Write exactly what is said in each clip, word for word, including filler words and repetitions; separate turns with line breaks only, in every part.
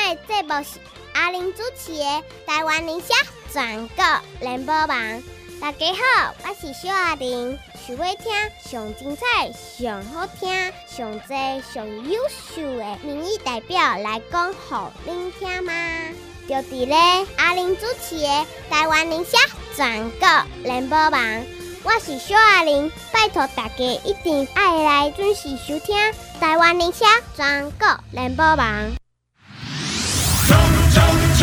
的节目是阿玲主持的台湾理社全国联播网。大家好，我是小阿玲。想要听上精彩、上好听、上多、上优秀的民意代表来讲给您听吗？就伫咧阿玲主持的台湾理社全国联播网。我是小阿玲，拜托大家一定要来准时收听台湾理社全国联播网。
冲冲冲！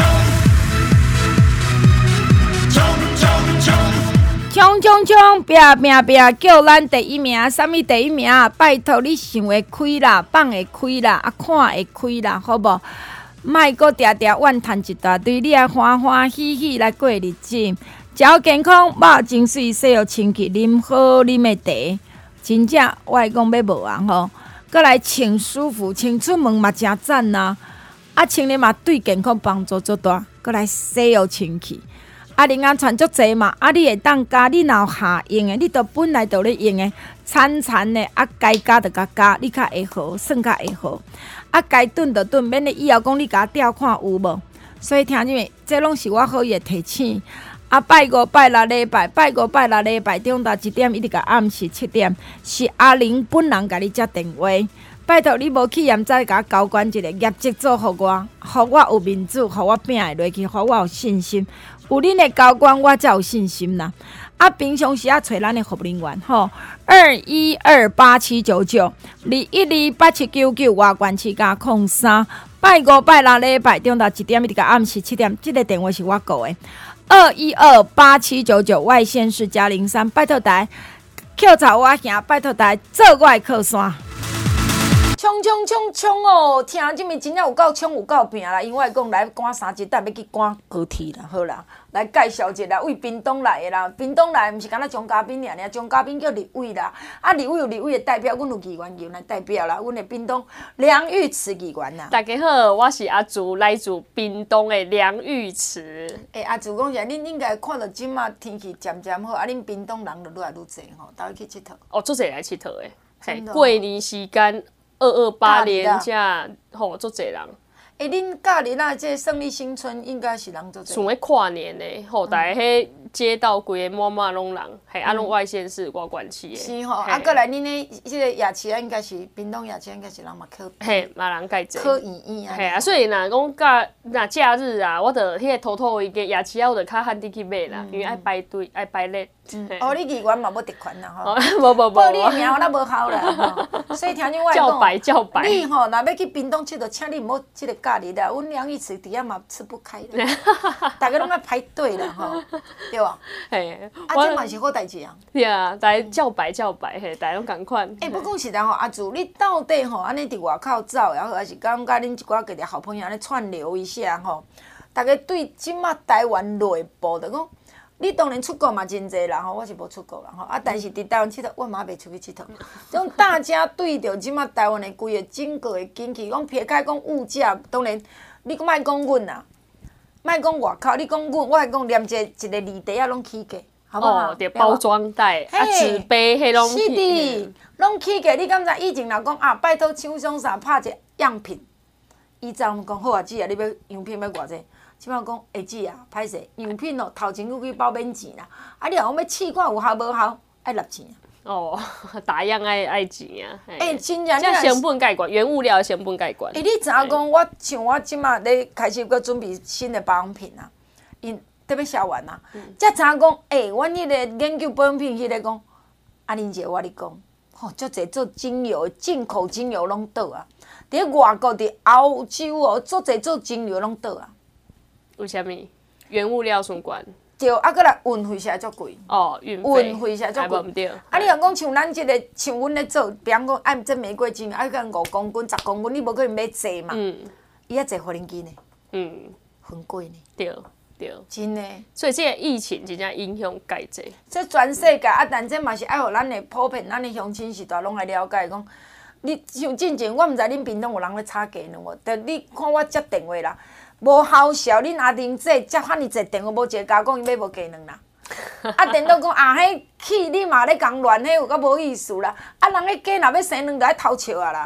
冲冲冲！
冲冲冲！拼拼拼！叫咱第一名，啥物第一名？拜托你想会开啦，放会开啦，啊看会开啦，好无？莫搁定定怨叹一大堆，你爱欢欢喜喜来过日子。食健康，肉真水，洗好清气，啉好啉的茶，真正我会讲要无啊吼。搁来穿舒服，穿出门嘛真赞呐。啊，穿咧嘛对健康帮助足大，搁来洗好清气。啊，另外传足济嘛，啊，你会当加，你若有下用的，你都本来就咧用的，餐餐的，啊，该加就加加，你较会好，算较会好。啊，该炖就炖，免你以后讲你甲调看有无。所以听入面，这拢是我好意的提醒。啊，拜五拜六礼拜，拜五拜六礼拜，中昼一点一直到暗时七点，是阿玲本人甲你接电话。拜托你无去验再甲我交关一个业绩做互我，互我有面子，互我拼会落去，互我有信心。有恁的交关，我才有信心啦。啊，平常时啊，找咱的服务人员吼，二一二八七九九，二一二八七九九，外关市加空三。拜五拜六礼拜，中昼一点一直到暗时七点，这个电话是我顾的。二一二八七九九，外县市加零三，拜托台扣查我兄，拜托台做我的靠山。冲冲冲冲哦！听这面真正有够冲有够拼啦！因为我讲来赶三集，等要去赶高铁啦，好啦，来介绍一下，为屏东来的啦。屏东来毋是敢若张嘉宾尔尔，张嘉宾叫立委啦。啊，立委有立委的代表，阮有议员由来代表啦。阮的屏东梁玉慈议员啦。
大家好，我是阿竹，来自屏东的梁玉慈。
诶、欸，阿竹讲起来，恁应该看到即马天气渐渐好，啊，恁屏东人就愈来愈济吼，倒去佚佗。
哦，足侪来佚佗的，嘿，过年时间。二二八年假，吼，足侪人。
诶、欸，恁假日啊，这胜利新村应该是人足侪。
想要跨年的，吼，大家迄街道规个满满拢人，嘿，啊，拢外县市外县市的。
是吼，啊，过来恁咧，迄个夜市啊，应该是屏东夜市，应该是人嘛可。
嘿，嘛人介济。
可圆圆啊。
嘿啊，所以若讲假若假日啊，我着迄个偷偷一个夜市啊，我着较罕得去买啦，因为爱排队，爱排列。
哦，你议员嘛要特权啦吼。
无无无。
报你的名我那无效啦吼。所以听你我讲。
叫白叫白。
你吼，若要去屏东佚佗，请你毋好即个假日啦。阮梁玉慈伫遐嘛吃不开啦，大家拢爱排队啦吼，对吧？
嘿，
啊，这嘛是好代志啊。
对啊，大家叫白叫白，嘿，大家拢共款。
诶，不讲实在吼，阿祖，你到底吼安尼伫外口走，也好，还是讲甲恁一寡个个好朋友安尼串流一下吼？大家对即马台湾内部着讲。你当然出国嘛真济啦吼，我是无出国啦吼，啊，但是伫台湾佚佗，我嘛袂出去佚佗。种大家对着即马台湾的规个整个的经济，讲撇开讲物价，当然你莫讲阮啦，莫讲外口，你讲阮，我还讲连一个一个离地啊拢起价，好不好？
哦，着包装袋啊，纸杯迄拢
是的，拢起价。你敢知以前若讲啊，拜托厂商啥拍一个样品，伊昨讲好啊，姊啊，你要样品要偌济？即摆讲，下姊啊，歹势，样品哦，头前佫去包免钱啦。啊，你若讲要试看有效无效，爱纳钱。
哦，打样爱爱钱啊！
诶、欸，真正
你成本概管，原物料成本概管。
诶、欸，你知影讲，我像我即马咧开始搁准备新的保养品啊，因特别销完啊，才知影讲，诶、欸，阮迄个研究保养品迄个讲，阿玲姐，我咧讲，吼，足侪做精油，进口精油拢倒啊，伫外国伫欧洲哦，足侪做精油拢倒啊。
为虾米？原物料相关。
对，啊，搁来运费实在足贵。
哦，运费。
运费实在足贵。
唔对。
啊，你若讲像咱即个，像阮咧做，比方讲按这玫瑰精，啊，个五公斤、十公斤，你无可能买济嘛。嗯。伊遐济互恁机呢。嗯。很贵呢。
对对。
真的。
所以这个疫情真正影响介济。
这全世界啊，但这嘛是爱互咱的普遍，咱的乡亲时代拢来了解讲。你像进前，我毋知恁屏东有人咧吵价呢无？但你看我接电话啦。无效效，恁阿玲姐接遐尼济电话，无一个甲讲伊要无鸡卵啦。啊，电脑讲啊，迄气你嘛咧讲乱，迄有够无意思啦。啊，人迄鸡若要生卵，就爱偷笑啊啦。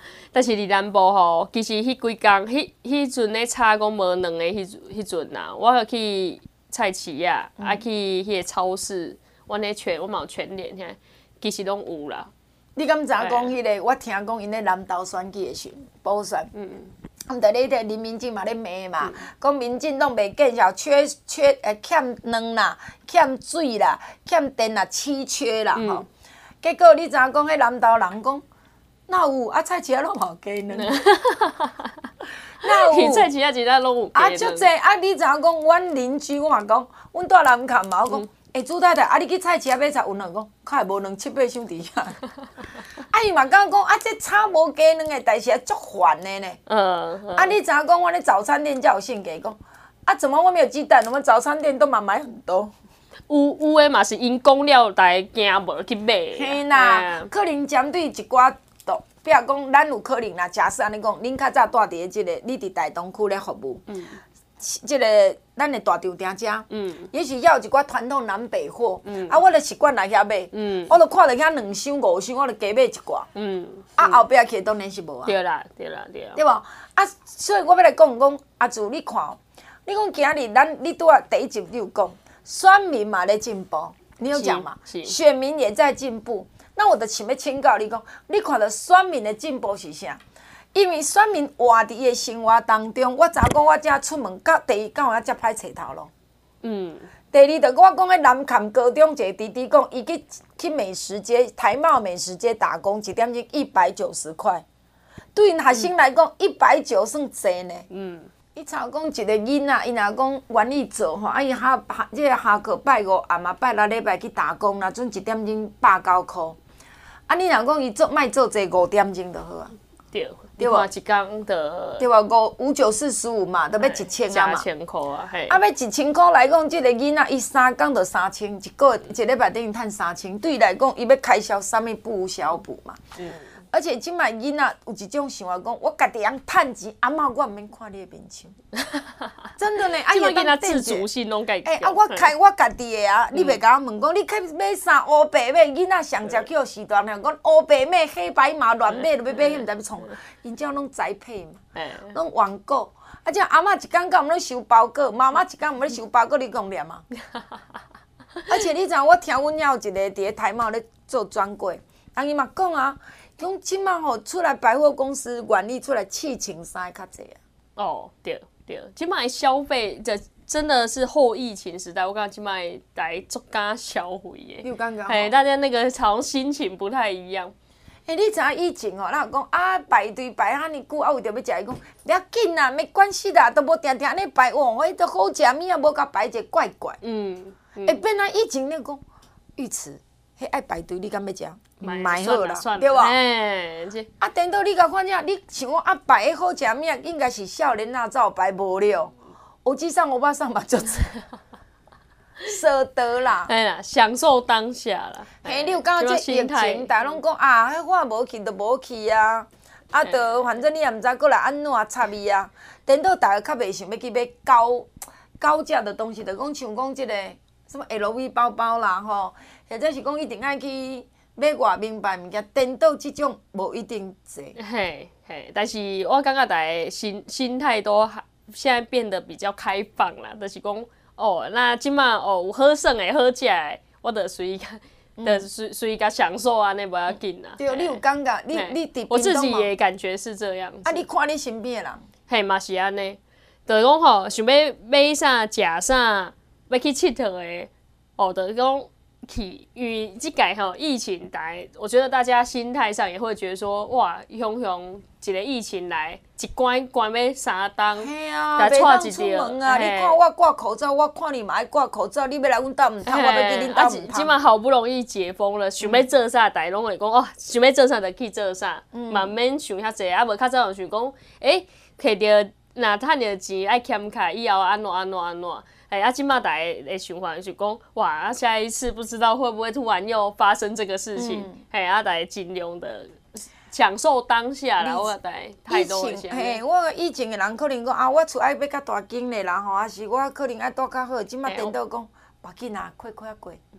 但是伫南部吼，其实迄几工，迄迄阵咧炒讲无两个迄迄阵呐，我有去菜市啊，嗯、啊去迄个超市，阮咧全我嘛有全联遐，其实拢有啦。
你敢知影讲迄个？我听讲因咧南投选举的时补选，嗯，毋着咧咧民进嘛咧骂嘛，讲、嗯、民进拢袂见效，缺缺诶欠卵啦，欠水啦，欠电啦，稀缺啦吼。嗯、结果你知影讲迄南投人讲，哪有啊？菜市仔拢无鸡卵。哪有？
菜市仔真正拢有鸡卵。
啊，足济啊！你知影讲，阮邻居我嘛讲，阮住南崁嘛，我讲。嗯诶，朱太太，啊，你去菜市仔买菜有两讲，较会无两七八箱伫遐。啊，伊嘛讲讲，啊，这炒无鸡卵的代志啊，足烦的呢。嗯。啊，你知影讲，我咧早餐店才有信给讲，啊，怎么外面有鸡蛋？我们早餐店都嘛买很多。
有有诶嘛是因讲了，大家惊无去买。
嘿啦，可能针对一寡度，比如讲，咱有可能啦。假设安尼讲，恁较早住伫即个，你伫台东区咧服务。嗯。即个咱的大场店遮，嗯，也是要有一寡传统南北货，嗯，啊，我就习惯来遐买，嗯，我就看到遐两箱五箱，我就加买一寡，嗯，啊，后壁去当然是无啊，
对啦，对啦，对啦，
对无？啊，所以我要来讲讲，阿祖，你看，你讲今日咱你拄啊第一集你有讲，选民嘛咧进步，你有讲嘛？选民也在进步，那我就想要请教你讲，你看到选民的进步是啥？因为选民活伫伊的生活当中，我昨讲我遮出门，到第一到我遮歹找头路。嗯。第二，就我讲迄南崁高中一个弟弟讲，伊去去美食街、台茂美食街打工，一点钟一百九十块，对因学生来讲，一百九算济呢。嗯。伊查讲一个囡仔，伊若讲愿意做吼，啊伊下下即个下课拜五暗嘛拜六礼拜去打工，若准一点钟百九箍。啊，你若讲伊做莫做济五点钟就好啊。
对。对哇，一工的
对哇，五五九四十五嘛，都要一千啊嘛。
加千块啊，嘿。
啊，要一千块来讲，即个囡仔伊三工就三千，一个月一礼拜等于趁三千，对伊来讲，伊要开销啥物不无小补嘛。嗯。而且即摆囡仔有一种想法讲，我家己通趁钱，阿嬷我毋免看你的面相。真的呢，啊，
伊囡仔自主性拢介强。
哎，啊，我开我家己的啊，你袂甲我问讲，你去买啥乌白马？囡仔上食去互时段了，讲乌白马、黑白马乱买，就要买，迄毋知要创。因遮拢栽配嘛，拢网购。啊，即阿嬷一工敢毋咧收包裹，妈妈一工毋咧收包裹，你讲念啊？而且你知影，我听阮遐有一个伫咧台茂咧做专柜，人伊嘛讲啊。讲即摆吼出来百货公司愿意出来试穿衫较济啊。
哦，对对，即摆消费这真的是后疫情时代，我感觉即摆来足敢消费的。
你有感觉？
哎，大家那个好像心情不太一样。
哎，你知影以前哦，咱有讲啊排队排遐尼久，啊为着要食，伊讲不要紧啦，没关系啦，都无定定安尼排，哦，迄都好食物啊，无甲排者怪怪。嗯。会变啊，以前你讲鱼翅，迄爱排队，你敢要食？买好啦，对吧？
哎，
啊，等到你甲看者，你像我啊摆迄好食物，应该是少年仔才有摆无了。有机上我巴上嘛，就是舍得啦。
哎啦，享受当下啦。
嘿，你有感觉这疫情，大家拢讲啊，迄我无去就无去啊。啊，就反正你也毋知过来安怎插伊啊。等到大家较袂想要去买高高价的东西，就讲像讲即个什么 L V 包包啦吼，或者是讲一定爱去。买外名牌物件，颠倒即种无一定济。
嘿，嘿，但是我感觉大家心心态都现在变得比较开放啦，就是讲哦，那即马哦有好耍的、好食的，我着随甲，着随随甲享受安尼无要紧啦。
对，你有感觉？你你伫
我自己也感觉是这样子。
啊，你看你身边的人，
嘿嘛是安尼，就是讲吼，想要买啥、食啥，要去佚佗的，哦，就是讲。去，因为即届吼疫情来，我觉得大家心态上也会觉得说，哇，雄雄一个疫情来，一关关要三冬，
嘿啊，
来
袂当出门啊！你看我挂口罩，我看你嘛爱挂口罩，你要来阮兜毋通，我要去恁兜毋通。
即马好不容易解封了，想要做啥，大家拢会讲哦，想要做啥就去做啥，嘛免想遐济，啊无较早就想讲，诶，摕着若趁着钱爱欠卡，以后安怎安怎安怎。哎，啊，即马大家的想法就是讲，哇，啊，下一次不知道会不会突然又发生这个事情，哎、嗯，啊，大家尽量的享受当下啦，我大家态度一下。
嘿，我以前的人可能讲啊，我厝爱要较大间的啦吼，还是我可能爱住较好，即马颠倒讲，别紧啊，快快过。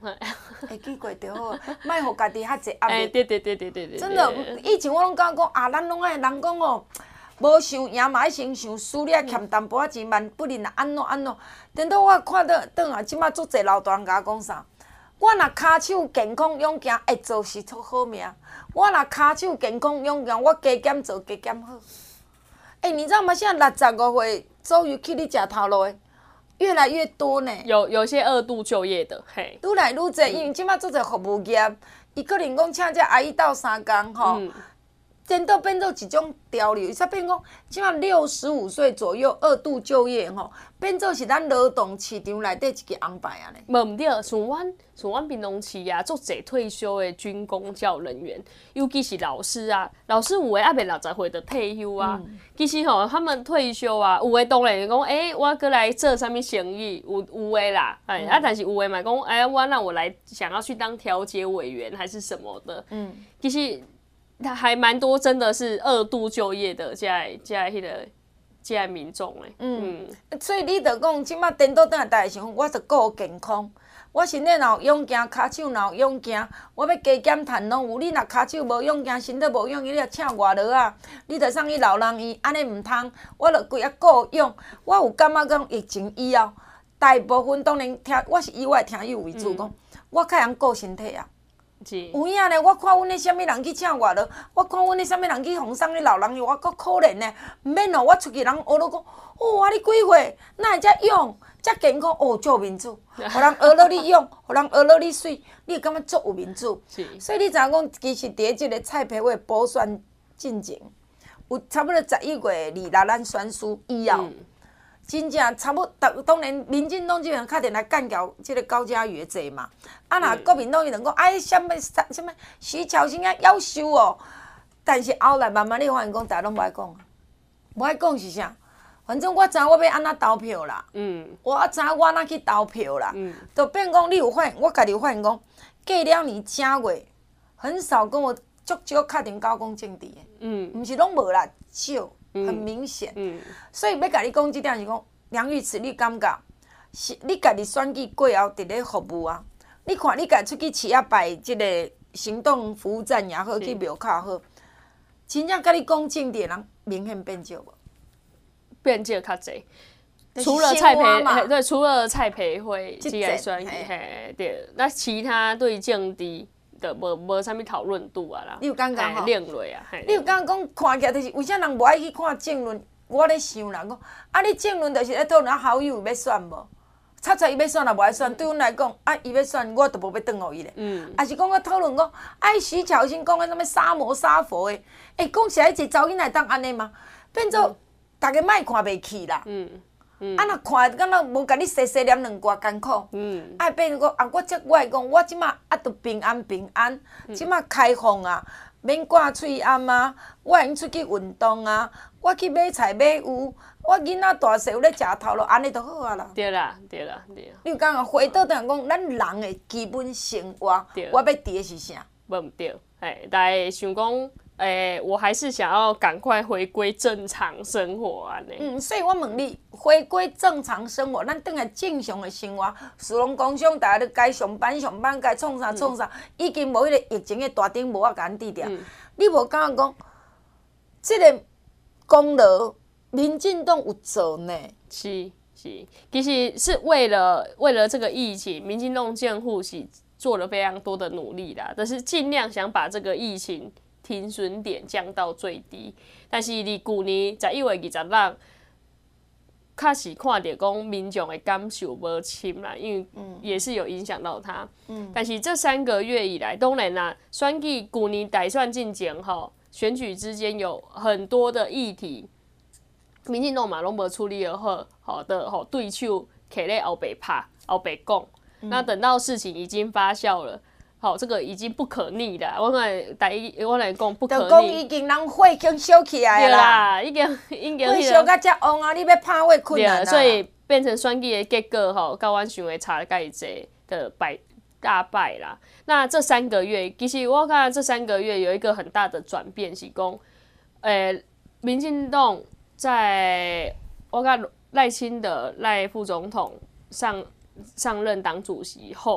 会记过就好，莫互家己遐济压
哎，
力。
对对对对对对，
真的，以前我拢感觉讲啊，咱拢爱人讲哦，无想赢嘛，爱先想输，你爱欠淡薄仔钱，万不能安怎安怎。等到我看到转来，即摆足侪老大人甲我讲啥？我若骹手健康勇行，会做是出好命；我若骹手健康勇行，我加减做加减好。哎、欸，你知道吗？现在六十五岁走入去你食头路的越来越多呢。
有有些二度就业的，嘿，
愈来愈侪，因为即摆做者服务业，伊可能讲请只阿姨斗三工吼。
嗯
颠倒变做一种潮流，伊才变讲，即马六十五岁左右二度就业吼，变做是咱劳动市场内底一个安排啊咧。
无毋对，像阮像阮屏东市啊，足侪退休的军公教人员，尤其是老师啊，老师有诶还袂六十岁就退休啊。嗯、其实吼，他们退休啊，有诶当然讲，诶、欸，我过来做啥物生意，有有诶啦，哎、嗯，啊，但是有诶嘛讲，哎、欸，我那我来想要去当调解委员还是什么的，嗯，其实。他还蛮多，真的是二度就业的，这这迄个这民众诶。嗯，
嗯所以你着讲，即摆颠倒转来，大家想，我着顾健康，我身体若有勇行，骹手若有勇行，我要加减趁拢有。你若骹手无勇行，身体无勇，你着请外劳啊，你着送去老人院，安尼毋通。我着规啊顾勇。我有感觉讲，疫情以后，大部分当然听，我是以我诶听友为主讲，嗯、我较通顾身体啊。有影咧，我看阮咧啥物人去请外劳，我看阮咧啥物人去奉送咧老人院，我够可怜咧。毋免哦，我出去人学落讲，哦，啊你几岁？哪会遮勇、遮健康？哦，足有面子，互人学落你勇，互人学落你水，你会感觉足有面子。所以你知影讲，其实伫即个蔡培慧补选进前，有差不多十一月二六咱选书以后。嗯真正差不多，当然民进党即边确定来干掉即个高嘉瑜的罪嘛。啊，若国民党伊就讲，哎，什么什么徐巧芯啊，夭寿哦。但是后来慢慢你发现讲，大家拢无爱讲啊，无爱讲是啥？反正我知影我要安怎投票啦。嗯。我知影我安怎去投票啦。嗯。就变讲，你有发现，我家己有发现讲，过了年正月，很少跟我足少确定高公政治的。嗯。毋是拢无啦，少。很明显，嗯嗯、所以要甲你讲即点是讲，梁玉慈，你感觉是你家己选举过后伫咧服务啊？你看你家出去市啊摆即个行动服务站也好，去庙口也好，真正甲你讲政治的人明显变少无？
变少较济，除了蔡培，对，除了蔡培慧即个选举，嘿，对，那其他对政治。的无无啥物讨论度啊啦，
你有感觉吼？
另类啊，
你有感觉讲看起来就是为啥人无爱去看政论？我咧想啦，讲啊，你政论就是咧讨论好友要选无？插出伊要选也无爱选，对阮来讲，啊，伊要选，我就无要转互伊咧。嗯。啊是讲个讨论讲，啊，徐巧芯讲个啥物杀魔杀佛的，诶、欸，讲起来一个查某囡仔当安尼吗？变做大家莫看袂起啦。嗯。嗯、啊，若看敢若无甲你细细念两寡艰苦，嗯，啊变讲啊，我即我来讲，我即马啊都平安平安，即马、嗯、开放啊，免挂喙暗啊，我会用出去运动啊，我去买菜买鱼，我囡仔大细有咧食头路，安尼就好啊啦。
对啦，对啦，对啦。
你有感觉回倒转来讲，咱人的基本生活，我要伫的是啥？
无毋对，哎，但系想讲。诶、欸，我还是想要赶快回归正常生活安尼。
嗯，所以我问你，回归正常生活，咱等下正常的生活，士农工商大家都该上班上班，该创啥创啥，嗯、已经无迄个疫情的大顶无法甲咱抵掉。嗯、你无感觉讲，即、这个功劳，民进党有做呢？
是是，其实是为了为了这个疫情，民进党监护是做了非常多的努力啦，但是尽量想把这个疫情。停损点降到最低，但是离去年十一月二十六，确实看到讲民众的感受无深啦，因为也是有影响到他。嗯、但是这三个月以来，当然啦，选举去年大选进前吼，选举之间有很多的议题，民进党嘛拢无处理得好，好的吼对手徛咧后白拍后白讲，嗯、那等到事情已经发酵了。好，这个已经不可逆啦。我来第我来讲不可逆。就讲
已经人火已经烧起来
啦。啦，已经已经。
火烧甲遮旺啊！你要拍火困难啦。
所以变成选举的结果吼，甲阮想的差介济的败大败啦。那这三个月，其实我看这三个月有一个很大的转变是讲，诶、欸，民进党在我看赖清德赖副总统上上任党主席后。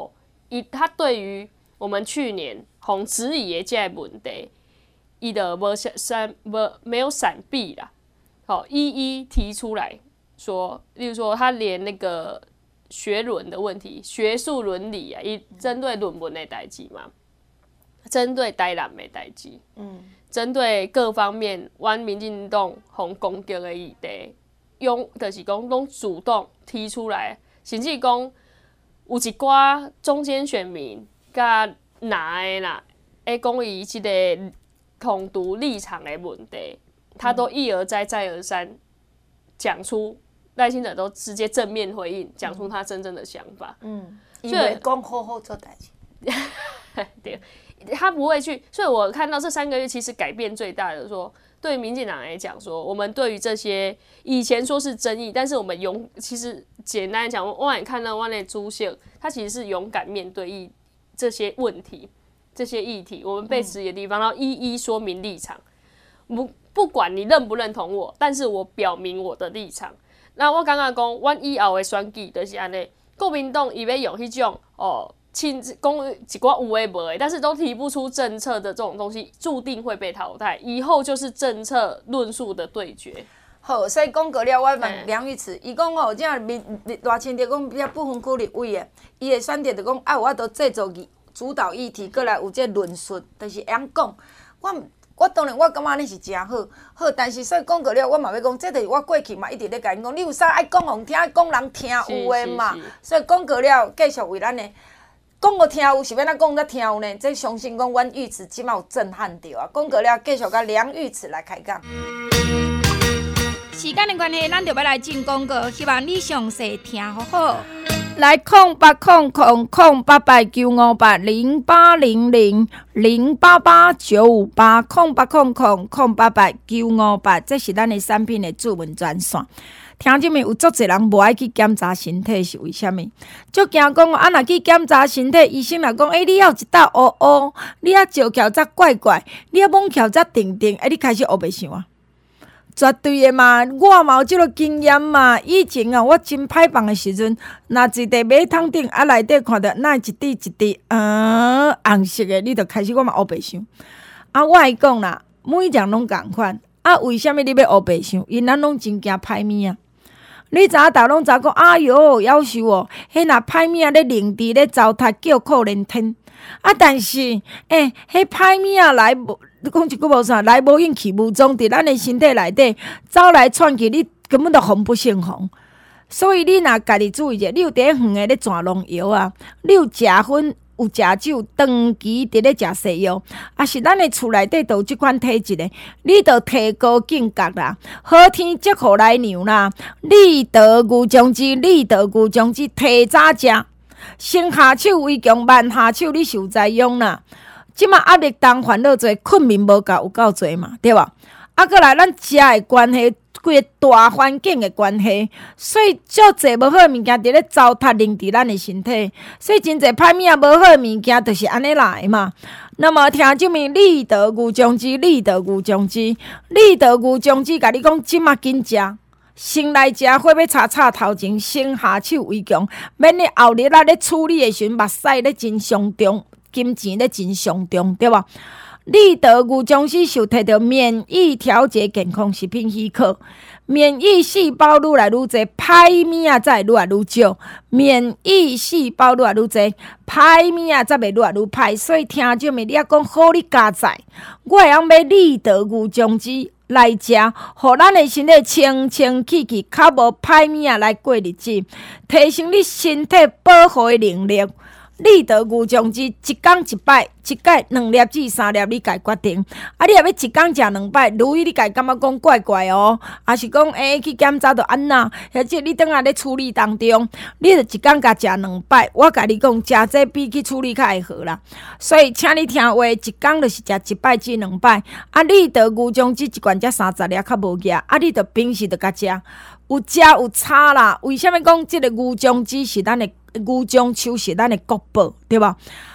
伊他对于我们去年红质疑的这个问题，伊的无闪无没有闪避啦，好一一提出来说，例如说他连那个学伦的问题、学术伦理啊，伊针对论文的代志嘛，针对台南的代志，嗯，针对各方面，阮民进党互攻击的议题，用就是讲拢主动提出来，甚至讲有一寡中间选民甲哪个啦，会讲伊即个统独立场的问题，他都一而再再而三讲出，赖清德都直接正面回应，讲出他真正的想法。嗯，
伊袂讲好好做代志。
对，他不会去，所以我看到这三个月其实改变最大的说，对民进党来讲说，我们对于这些以前说是争议，但是我们勇，其实简单讲，我也看到我的主席，他其实是勇敢面对这些问题、这些议题，我们被质疑的地方，然后一一说明立场。不不管你认不认同我，但是我表明我的立场。那我刚刚讲，阮以后的选举就是安尼，国民党伊要用迄种哦。亲讲一寡有诶无诶，但是都提不出政策的这种东西，注定会被淘汰。以后就是政策论述的对决。
好，所以讲过了，我问梁玉慈，伊讲吼，这民赖清德讲遮不分区立委诶，伊诶选择就讲啊，有法度制作议主导议题，过来有这论述，就是会晓讲。我我当然我感觉安尼是真好，好，但是所以讲过了，我嘛要讲，这就是我过去嘛一直咧甲因讲，你有啥爱讲互听，讲人听有诶嘛。所以讲过了，继续为咱诶。讲互听有是要怎讲才听有呢？这相信讲阮玉慈即马有震撼到啊！讲过了，继续甲梁玉慈来开讲。
时间的关系，咱就要来进广告，希望你详细听好好。
来空八空空空八八九五八零八零零零八八九五八空八空空空八八九五八，这是咱的产品的主文专线。听即面有足侪人无爱去检查身体，是为虾米？足惊讲啊，若去检查身体，医生若讲，诶、欸，你还有一搭乌乌，你啊照翘则怪怪，你啊摸翘则定定，诶、欸，你开始乌白想啊？绝对的嘛，我嘛有即个经验嘛。以前啊，我真歹放的时阵，若一地马桶顶啊内底看到那一滴一滴，嗯，红色的，你就开始我嘛乌白想。啊，我会讲啦，每样拢共款。啊，为虾米你要乌白想？因咱拢真惊歹物啊。你知影逐拢知讲，哎哟，夭寿哦！迄若歹物啊，咧凌迟咧糟蹋叫苦连天。啊，但是，诶、欸，迄歹物啊来无，你讲一句无啥，来无影去无踪，伫咱的身体内底走来窜去，你根本就防不胜防。所以你若家己注意者，你有伫咧远的咧转农药啊，你有食薰。有食酒，长期伫咧食西药，啊是咱的厝内底都有即款体质的，你着提高警觉啦。好天接互来娘啦，立德牛浆汁，立德牛浆汁提早食，先下手为强，慢下手你受知用啦。即马压力重，烦恼多，困眠无够有够多嘛，对吧？啊，过来咱食的关系。规个大环境的关系，所以足侪无好的物件伫咧糟蹋凝伫咱的身体，所以真侪歹物啊无好的物件就是安尼来嘛。那么听即面立德牛浆汁，立德牛浆汁，立德牛浆汁，甲你讲即马紧食，先来食火要炒炒头前，先下手为强，免你后日啊咧处理的时阵，目屎咧真伤重，金钱咧真伤重，对吧？立德牛浆汁受摕到免疫调节健康食品许可，免疫细胞愈来愈侪，歹物啊才会愈来愈少。免疫细胞愈来愈侪，歹物啊才袂愈来愈歹。所以听众们，你啊讲好你加载，我会晓买立德牛浆汁来食，互咱的身体清清气气，较无歹物啊来过日子，提升你身体保护的能力。立德牛浆汁一天一摆，一摆两粒至三粒，你家决定。啊，你若要一天食两摆，如意你家感觉讲怪怪哦，还是讲诶、欸、去检查就安那？或者你等下咧处理当中，你就一天甲食两摆。我甲你讲，食这比去处理较会好啦。所以请你听话，一天就是食一摆至两摆。啊，立德牛浆汁一罐才三十粒，较无价。啊，你着平时着甲食，有食有差啦。为什么讲即个牛浆汁是咱的？牛浆树是咱的国宝，对吧？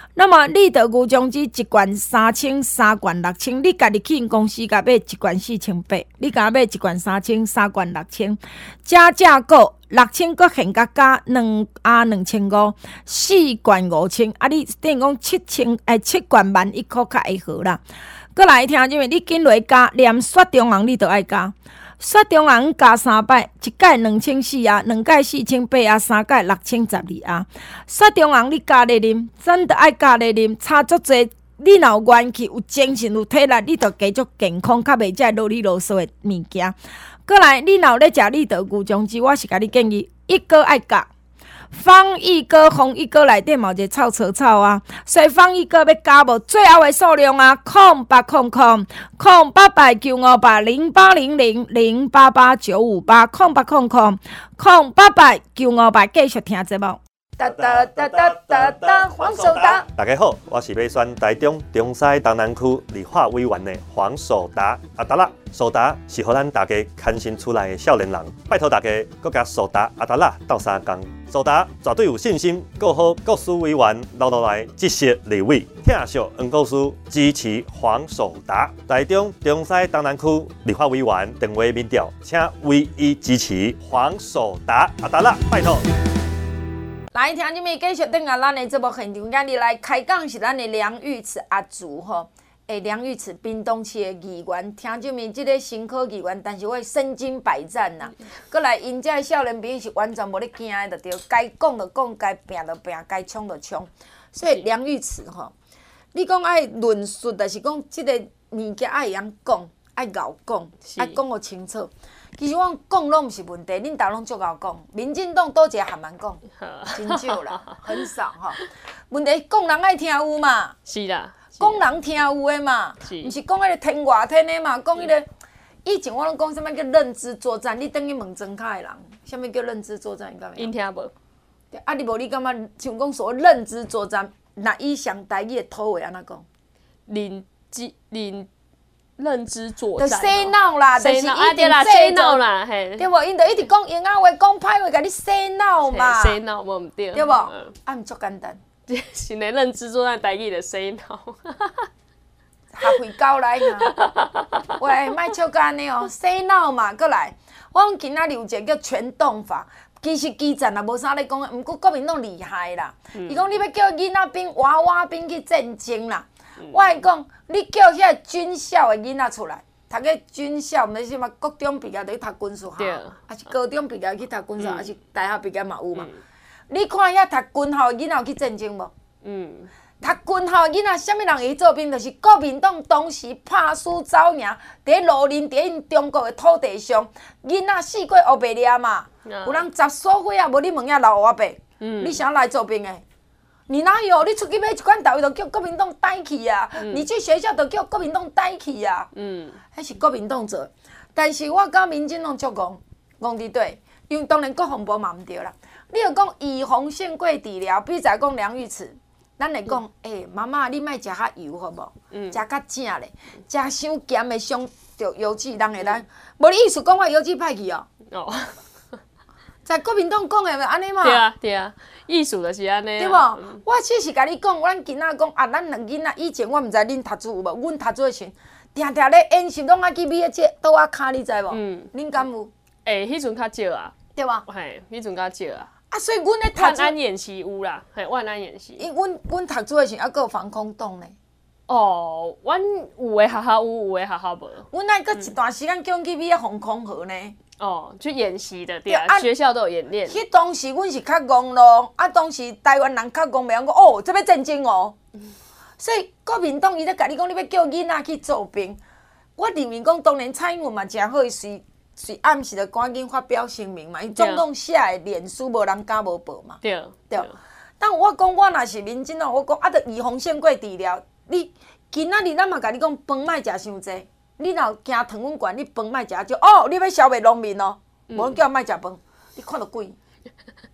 那么立德牛种子一罐三千，三罐六千，你家己去公司甲买一罐四千八，你甲买一罐三千，三罐六千，加价购六千，搁现价加两啊两千五，四罐五千，啊你等于讲七千，哎七罐万一箍较会好啦。搁来听即位，你紧落加，连雪中红你都爱加。雪中红加三摆，一届两千四啊，两届四千八啊，三届六千十二啊。雪中红你加咧啉，真得爱加咧啉，差足济。你若有元气、有精神、有体力，你就加足健康，较袂遮啰里啰嗦的物件。过来，你若有咧食立德牛种子，我是甲你建议，一个爱加。方一哥、红一哥内底嘛有一个臭草草啊，所以方一哥要加无最后的数量啊，空八空空空八八九五八零八零零零八八九五八空八空空空八八九五八，继续听节目。
哒哒哒哒哒哒，黄守达。
大家好，我是要选台中中西东南区立法委员的黄守达阿达拉。守达是互咱大家牵新出来的少年人，拜托大家搁甲守达阿达拉斗相共。守达绝对有信心，够好国司委员留落来积极立委，听惜黄国师支持黄守达。台中中西东南区立法委员电话民调，请唯一支持黄守达阿达拉，拜托。
来，听你们继续等下咱的节目现场，今日来开讲是咱的梁玉慈阿祖吼。诶，梁玉慈屏东市的议员，听这面即个新科议员，但是我身经百战呐。过来，因这少年朋友是完全无咧惊的，就对，该讲就讲，该拼就拼，该冲就冲。所以梁玉慈吼，你讲爱论述，但是讲即个物件爱会晓讲，爱咬讲，爱讲互清楚。其实我讲拢毋是问题，恁大拢足够讲。民进党倒一个含慢讲，真少啦，很少吼。问题讲人爱听有嘛？
是啦。
讲人听有诶嘛，毋是讲迄个天外天诶嘛，讲迄个以前我拢讲啥物叫认知作战，你等于问庄脚诶人，啥物叫认知作战？你敢会？
因听无。
啊，你无你感觉像讲所谓认知作战，若以上台语诶土话安怎讲？
认知认认知作战。
就洗脑啦，就是一定
洗脑啦，嘿。
对无？因就一直讲闲仔话，讲歹话，甲你洗脑嘛。
洗脑无毋对。
对无？啊，毋足简单。
是咧认知作战台语的洗脑，
学会教来啊！喂，莫笑干呢哦，洗脑嘛，过来。我讲今仔日有一个叫全动法，其实基层也无啥咧讲，毋过国民党厉害啦。伊讲、嗯、你要叫囡仔兵、娃娃兵去战争啦。嗯、我会讲，你叫遐军校的囡仔出来，读个军校，毋知是嘛？国中毕业就去读军事校，还是高中毕业去读军校，还、嗯、是大学毕业嘛有嘛？嗯你看遐读军校的囡仔有去战争无？嗯，读军校的囡仔，啥物人会去做兵？就是国民党当时拍输走赢，伫罗林，伫因中国的土地上，囡仔四过黑白掠嘛。嗯、有人十所岁啊，无你问遐老黑白，嗯、你啥来做兵的？你哪有？你出去买一罐豆，就叫国民党带去啊！嗯、你去学校就叫国民党带去啊！嗯，迄是国民党做，但是我甲民进党足戆，戆伫对，因为当然国防部嘛毋对啦。你要讲预防胜过治疗，比如讲梁玉慈，咱会讲，诶、嗯，妈妈，你莫食较油好无？食较正咧，食伤咸的伤着油脂，人会来。无、嗯、你意思讲我油脂歹去哦？哦，在国民党讲的安尼嘛？
对啊，对啊，意思就是安尼。
对无？嗯、我只是甲你讲，咱囡仔讲啊，咱两囡仔以前我毋知恁读书有无？阮读书的时阵，定定咧演习，拢爱去买个倒仔骹，你知无？嗯，恁敢有？
诶，迄阵较少啊。
对吧？
嘿，迄阵较少啊。
啊，所以阮咧读
万安演习有啦，嘿，万安演习。
因阮阮读书的时候，还佫有防空洞呢。
哦，阮有诶学校有，有诶学校无。
阮爱佫一段时间叫阮去买防空盒呢。
哦，去演习的对啊，学校都有演练。
迄当时阮是较戆咯，啊，当时台湾人较戆，袂晓讲哦，这要战争哦。嗯、所以国民党伊咧甲你讲，你要叫囡仔去做兵，我认为讲当然蔡英文嘛诚好，伊是。是暗时就赶紧发表声明嘛，因总统写的脸书无人敢无报嘛。对对。但我讲我若是民进党，我讲啊，着预防胜过治疗。你今仔日咱嘛甲你讲，饭莫食伤济。你若惊糖分悬，你饭莫食少。哦，你要消灭农民哦，无、嗯、叫莫食饭，你看着贵。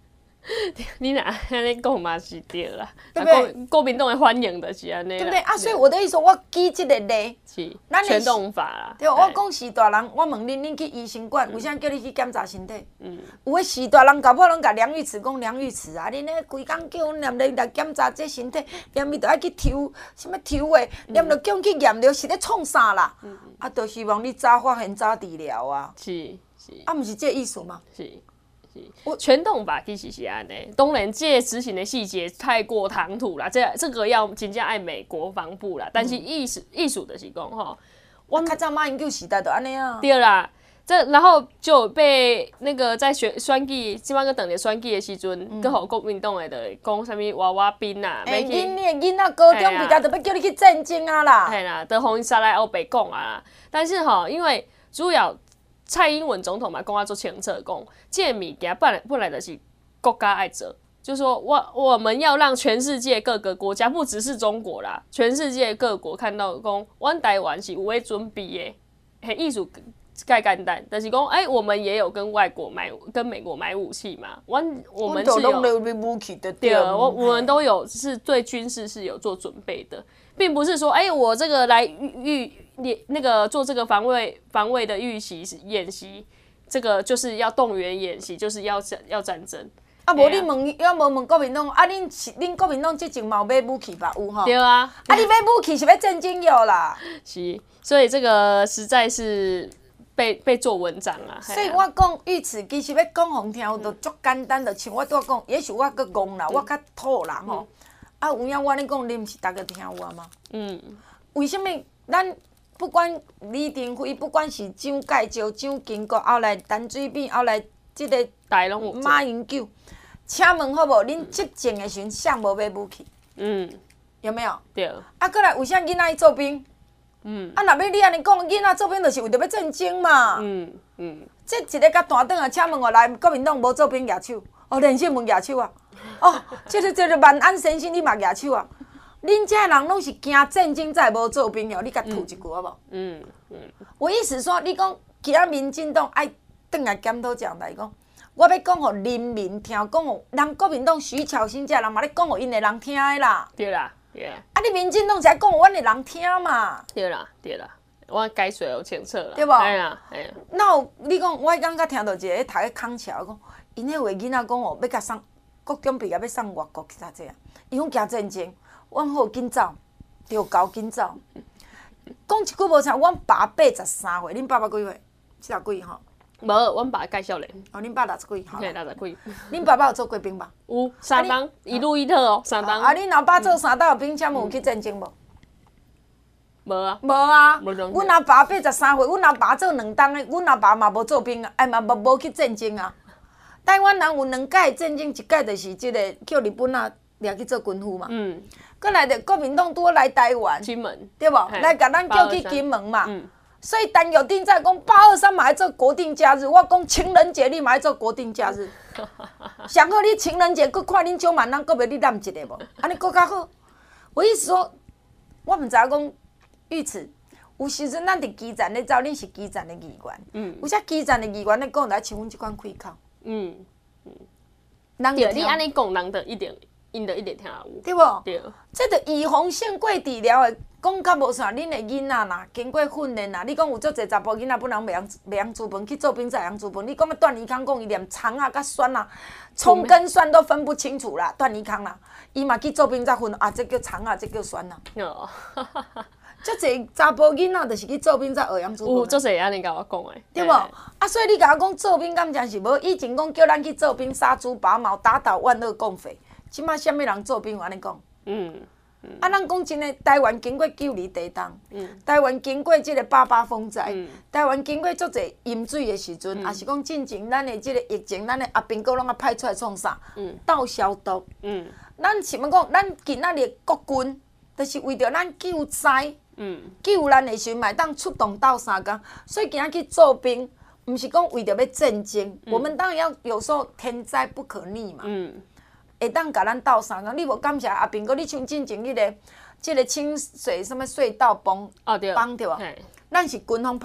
你若安尼讲嘛是对啦，
对不对
国国民党的欢迎就是安尼啦，
对不对啊？所以我的意思，我举这个例，
是
咱的
全动法啦。
对，
嘿
我讲时大人，我问恁，恁去医生馆，为啥叫你去检查身体？
嗯，
有诶时大人搞不好拢甲梁玉慈讲梁玉慈啊，恁咧规工叫阮念咧来检查这身体，念伊着爱去抽什么抽诶，念着叫阮去验着是咧创啥啦？啊，就希望你早发现早治疗啊，
是是
啊，毋是这意思吗？
是。全动法其实是安尼，当然这执行的细节太过唐突啦，这这个要真正爱美国防部啦。但是意思意思就是讲吼，
我较早马英九时代就安尼啊。
对啦，这然后就被那个在选选举，即摆个等着选举的时阵，搁互国民党的就讲啥物娃娃兵啊，
诶，
要去
囡你的囡仔高中毕业就要叫你去战争啊啦。
嘿啦，都互伊杀来欧北讲啊啦。但是吼，因为主要蔡英文总统嘛，讲啊做清楚讲，这个物件本来本来就是国家爱做，就是说我我们要让全世界各个国家，不只是中国啦，全世界各国看到讲，阮台湾是有诶准备的，嘿，意思介简单，但是讲，哎、欸，我们也有跟外国买，跟美国买武器嘛，阮我们是有
武器的
对，我我们都有是对军事是有做准备的，并不是说，哎、欸，我这个来预预那个做这个防卫防卫的预习演习，这个就是要动员演习，就是要要战争。
啊，无你问，要无问国民党，啊，恁是恁国民党之前嘛有买武器吧？有吼。
对啊。
啊，你买武器是要战争药啦。
是，所以这个实在是被被做文章啊。
所以我讲玉慈其实要讲互听，就足简单，就像我拄仔讲，也许我佫戆啦，我较土啦吼。啊，有影我咧讲，你毋是逐个听我吗？嗯。为什么咱不管李登辉，不管是蒋介石、蒋经国，后来陈水扁，后来即个
大拢有
马英九，请问好无？恁执政的时阵，谁无买武器？
嗯，
有没有？
对。
啊，过来为啥囡仔去做兵？嗯。啊，若要你安尼讲，囡仔做兵就是为着要战争嘛。嗯嗯。这一个甲大顿啊，请问我来国民党无做兵举手，哦，连胜文举手啊。哦，这个这个万安先生你嘛举手啊。恁这人拢是惊战争才无做兵哦，你甲吐一句好无？嗯嗯。我意思说，你讲今仔民进党爱转来检讨这样来讲。我要讲互人民听，讲互人国民党徐巧芯这人嘛咧讲互因的人听的啦。
对啦，对啦。
啊，你民进党才讲互阮的人听嘛。
对啦，对啦，我解说有清楚啦。
对无？
哎啦，哎呀。
那有你讲，我刚刚听到一个头咧空桥讲，因迄话囡仔讲哦，要甲送国中毕业要送外国去啥济啊？伊讲惊战争，阮好紧走，着搞紧走。讲一句无错，阮爸八十三岁，恁爸爸几岁？七十几吼。
无，阮爸介绍咧。
哦，恁爸六十几，吼。
嘿，六十几。
恁爸爸有做过兵吧？
有三当，一路一特哦，三当。
啊，恁老爸做三道兵，请问有去战争无？
无啊。
无啊。
无拢。
阮阿爸八十三岁，阮阿爸做两当的，阮阿爸嘛无做兵啊，哎嘛无无去战争啊。台湾人有两届战争，一届就是即个叫日本啊掠去做军夫嘛。嗯。过来着国民党拄好来台湾。
金门。
对无？来甲咱叫去金门嘛。
嗯。
所以陈友定在讲八二三嘛爱做国定假日，我讲情人节你嘛爱做国定假日。上好你情人节，佮看恁九万人，佮要你揽一个无？安尼佮较好。我意思说，我毋知影讲玉慈，有时阵咱伫基层咧走，恁是基层的议员。嗯。有啥基层的议员咧讲来像阮即款开口？嗯嗯。人
对，你安尼讲，人就一定，因就一定听有。
对无？
对。
这着预防胜过治疗的。讲较无啥，恁的囡仔啦，经过训练啦，你讲有足侪查甫囡仔本人袂晓袂晓煮饭，去做兵才会晓煮饭。你讲个段宜康讲伊连葱啊、甲蒜啊、葱跟蒜都分不清楚啦，段宜康啦，伊嘛去做兵才分啊，这叫葱啊，这叫蒜啊。哦，足侪查甫囡仔就是去做兵才学晓煮饭。
有足侪安尼甲我讲的，
对无？啊，所以你甲我讲做兵，敢真是无？以前讲叫咱去做兵，杀猪拔毛，打倒万恶共匪。即摆啥物人做兵有安尼讲？嗯。啊，咱讲真诶，台湾经过九二地震，嗯、台湾经过即个八八风灾，嗯、台湾经过足侪淹水诶时阵，也、嗯、是讲进前咱诶即个疫情，咱诶阿兵哥拢啊派出来创啥？嗯、倒消毒。嗯、咱想要讲，咱今仔日国军，就是为着咱救灾、嗯、救咱诶时阵，嘛当出动斗相共，所以今仔去做兵，毋是讲为着要战争。嗯、我们当然要有时候天灾不可逆嘛。嗯会当甲咱斗相共，你无感谢阿兵哥？你像进前迄个、即个清水什么隧道帮
哦对，
帮对无？咱是军方派人，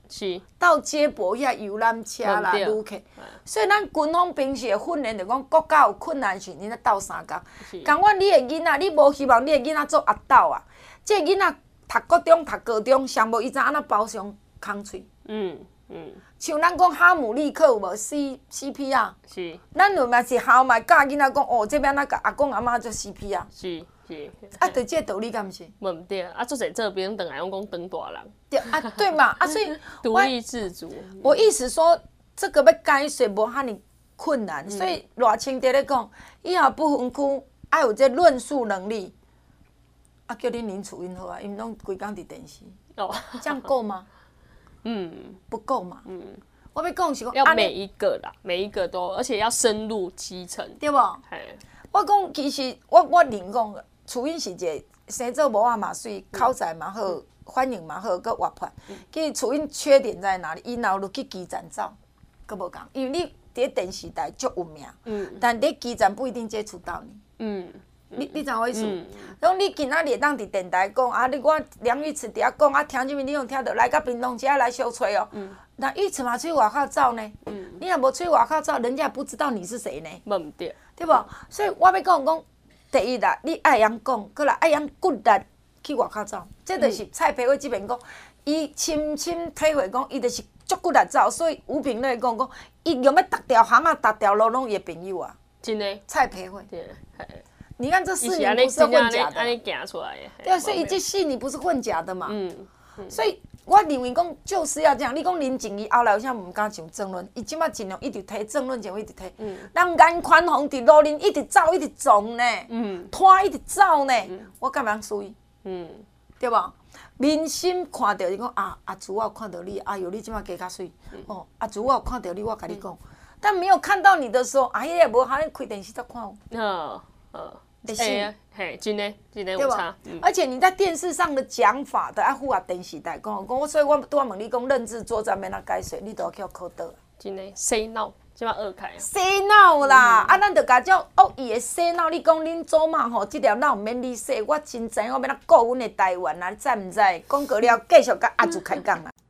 是
到接驳遐游览车啦、
对
旅客，所以咱军方平时的训练就讲，国家有困难时，你才斗三工。
是
共阮你的囡仔，你无希望你的囡仔做阿斗啊？即个囡仔读高中、读高中，上无伊知安怎包上空喙。
嗯嗯
像咱讲哈姆立克有无 C C P R？
是
咱就嘛是校嘛教囡仔讲，哦，这边那甲阿公阿妈做 C P R。
是是，
啊，就即个道理，敢毋是？
无毋对啊，做者这边等来用讲当大人，
对啊，对嘛啊，所以
独
我
立自主。
我意思说，这个要改水无遐尼困难，所以赖清德咧讲，以后不分区爱有这论述能力，啊，叫恁林楚英好啊，因拢规工伫电视，
哦，
这样够吗？
嗯
不够嘛。
嗯，
我要讲是讲，
要
安尼
每一个啦，每一个都，而且要深入基层。
对无？
嘿，
我讲其实我我认讲，楚英是一个生做某啊嘛水，口才嘛好，反应嘛好，佮活泼。其实楚英缺点在哪里？伊若有去基层走，佮无共，因为你伫电视台足有名，
嗯
但你基层不一定接触到你。
嗯
你你知我意思？
嗯
讲你今仔日会当伫电台讲，啊，你我梁玉慈伫遐讲，啊，听即面你有听到来甲屏东遮来相找哦。那玉慈嘛出去外口走呢？你若无出去外口走，人家也不知道你是谁呢，
无毋对，
对无？所以我要讲讲，第一啦，你爱晓讲，过来爱晓骨力去外口走，这就是蔡培慧即边讲，伊深深体会讲，伊就是足骨力走，所以吴平咧讲讲，伊用要逐条巷仔、逐条路拢伊的朋友啊，
真诶，
蔡培慧。
对，嘿
你看这
伊
四年
是安尼
不是混
真正安尼
假的。
安尼行出来诶。嘿
对啊，所以
无
伊这戏你不是混假的嘛？
嗯，
所以我认为讲就是要这样。你讲林静怡后来有啥毋敢上政论？伊即摆尽量一直提政论，就一直提。嗯。人颜宽宏伫路林一直走，一直撞呢。嗯。拖一直走呢。我干嘛输伊？
嗯，
对无？民心看到伊讲啊，阿朱我有看到你，哎哟，你即摆加较水。哦，阿朱我有看到你，我甲你讲。但没有看到你的时候，哎呀，无好，开电视才看有。
好，好，
你信
嘿嘿，真诶，真诶
对吧
有差。？嗯
而且你在电视上的讲法，都要符合电视台讲讲，所以我拄仔问你讲认知作战免哪解说，你都要去考倒。
真诶洗脑，即摆二开啊。
洗脑啦！啊，咱着甲种恶意的洗脑。你讲恁祖妈吼，即条脑毋免你洗，我真知影我要哪顾阮的台湾啊！你知毋知？讲过了，继续甲阿祖开讲啊！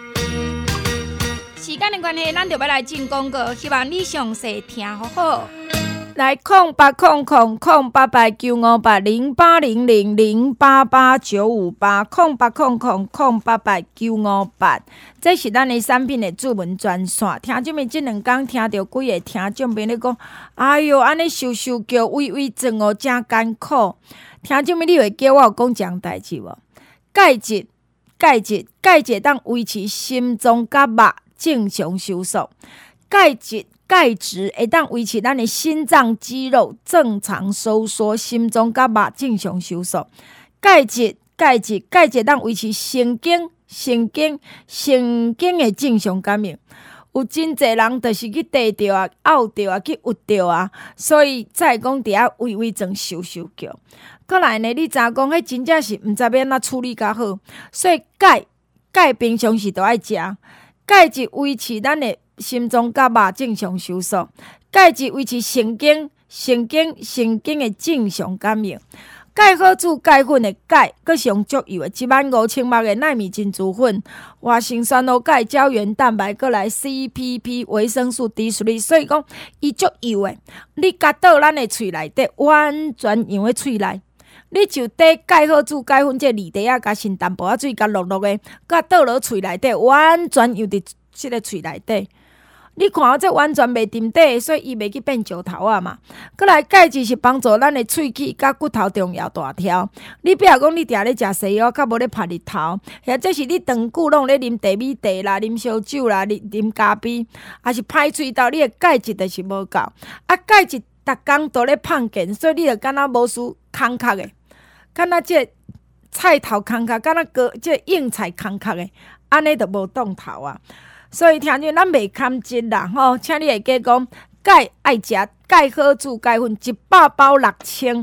时间的关系，咱就要来进广告，希望你详细听好好。来空八空空空八八九五八零八零零零八八九五八空八空空空八八九五八，这是咱的产品的主文专线。听众们这两天听到几个听众朋友讲，哎哟，安尼收收叫微微整哦，真艰苦。听众们，你会记我有讲一件代志无？钙质，钙质，钙质当维持心脏甲肉正常收缩，钙质。钙质会当维持咱的心脏肌肉正常收缩，心脏甲肉正常收缩。钙质、钙质、钙质当维持神经、神经、神经的正常感应。有真侪人就是去地着啊、拗着啊、去郁着啊，所以才会讲伫遐微微整收收叫。过来呢，你知影讲，迄真正是毋知要安怎处理较好。所以钙、钙平常时都爱食，钙质维持咱的心脏甲肉正常收缩，钙质维持神经、神经、神经的正常感应。钙好煮钙粉的钙，佮上足油的一万五千目的纳米珍珠粉，活性酸露钙、胶原蛋白，佮来 C P P 维生素 D 三，所以讲伊足油的。你夹到咱的喙内底，完全用喺喙内。你就底钙好煮钙粉，这二滴啊，加新淡薄仔水，加落落的，甲倒落喙内底，完全用伫即个喙内底。你看我这完全袂沉底，所以伊袂去变石头啊嘛。过来，钙质是帮助咱的喙齿甲骨头重要大条。你比如讲，你定咧食西药，较无咧晒日头，或者是你长久拢咧啉茶米茶啦、啉烧酒啦、啉啉咖啡，还是歹喙道，你的钙质就是无够。啊，钙质逐工都咧胖健，所以你就敢若无输空壳的，敢若这菜头空壳，敢若个这硬菜空壳的，安尼就无动头啊。所以听见咱袂堪质啦吼，请你会记讲钙爱食钙好煮钙粉一百包六千，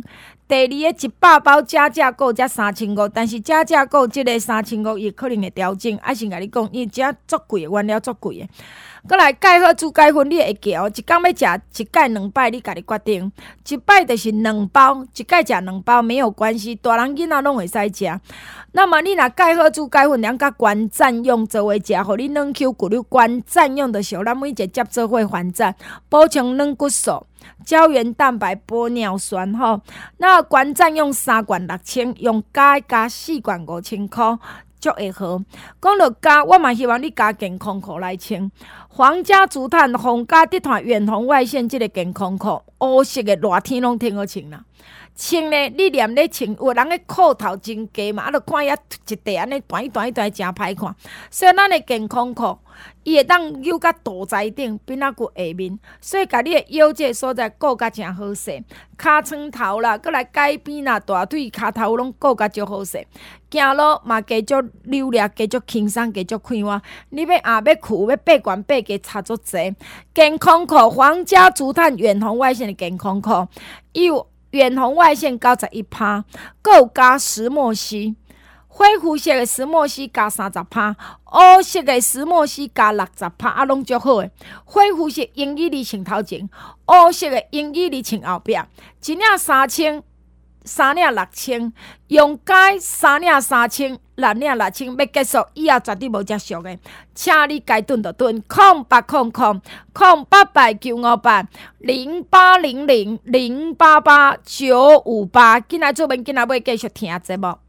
第二个一百包加价购才三千五，但是加价购即个三千五，伊可能会调整。啊，先甲你讲，因为遮足贵的，原料足贵的。过来钙好煮钙粉，你会记哦，一工要食一摆两摆，你家己决定。一摆就是两包，一摆食两包没有关系，大人囡仔拢会使食。那么你若钙好煮钙粉，两甲关占用做伙食，互你软 Q 骨溜关占用的时候，咱每一个接做伙还赞，补充软骨素。胶原蛋白、玻尿酸吼，那罐占用三罐六千，用加加四罐五千块，足会好。讲到加，我嘛希望你加健康裤来穿。皇家竹炭红加地毯远红外线即个健康裤，乌色的热天拢挺好穿啦。穿呢，你念咧穿，有人咧裤头真低嘛，啊，著看遐一地安尼断一断一断真歹看。所以咱的健康裤，伊会当扭到肚脐顶，边仔骨下面，所以甲你的腰这个所在顾甲真好势。骹床头啦，搁来改边啦，大腿骹头拢顾甲足好势。行路嘛加足溜达，加足轻松，加足快活。你要下要裤要爬悬爬低差足济。健康裤，皇家竹炭远红外线的健康裤，伊有远红外线九十一趴，搁有加石墨烯。灰肤色的石墨烯加三十趴，乌色的石墨烯加六十趴，啊，拢足好诶。灰肤色用于你穿头前，乌色的用于你穿后壁。一领三千，三领六千，用解三领三千，六领六千，要结束以后绝对无接续的。请你该顿就顿，空八空空空八八九五八零八零零零八八九五八。今仔做面，今仔要继续听节目。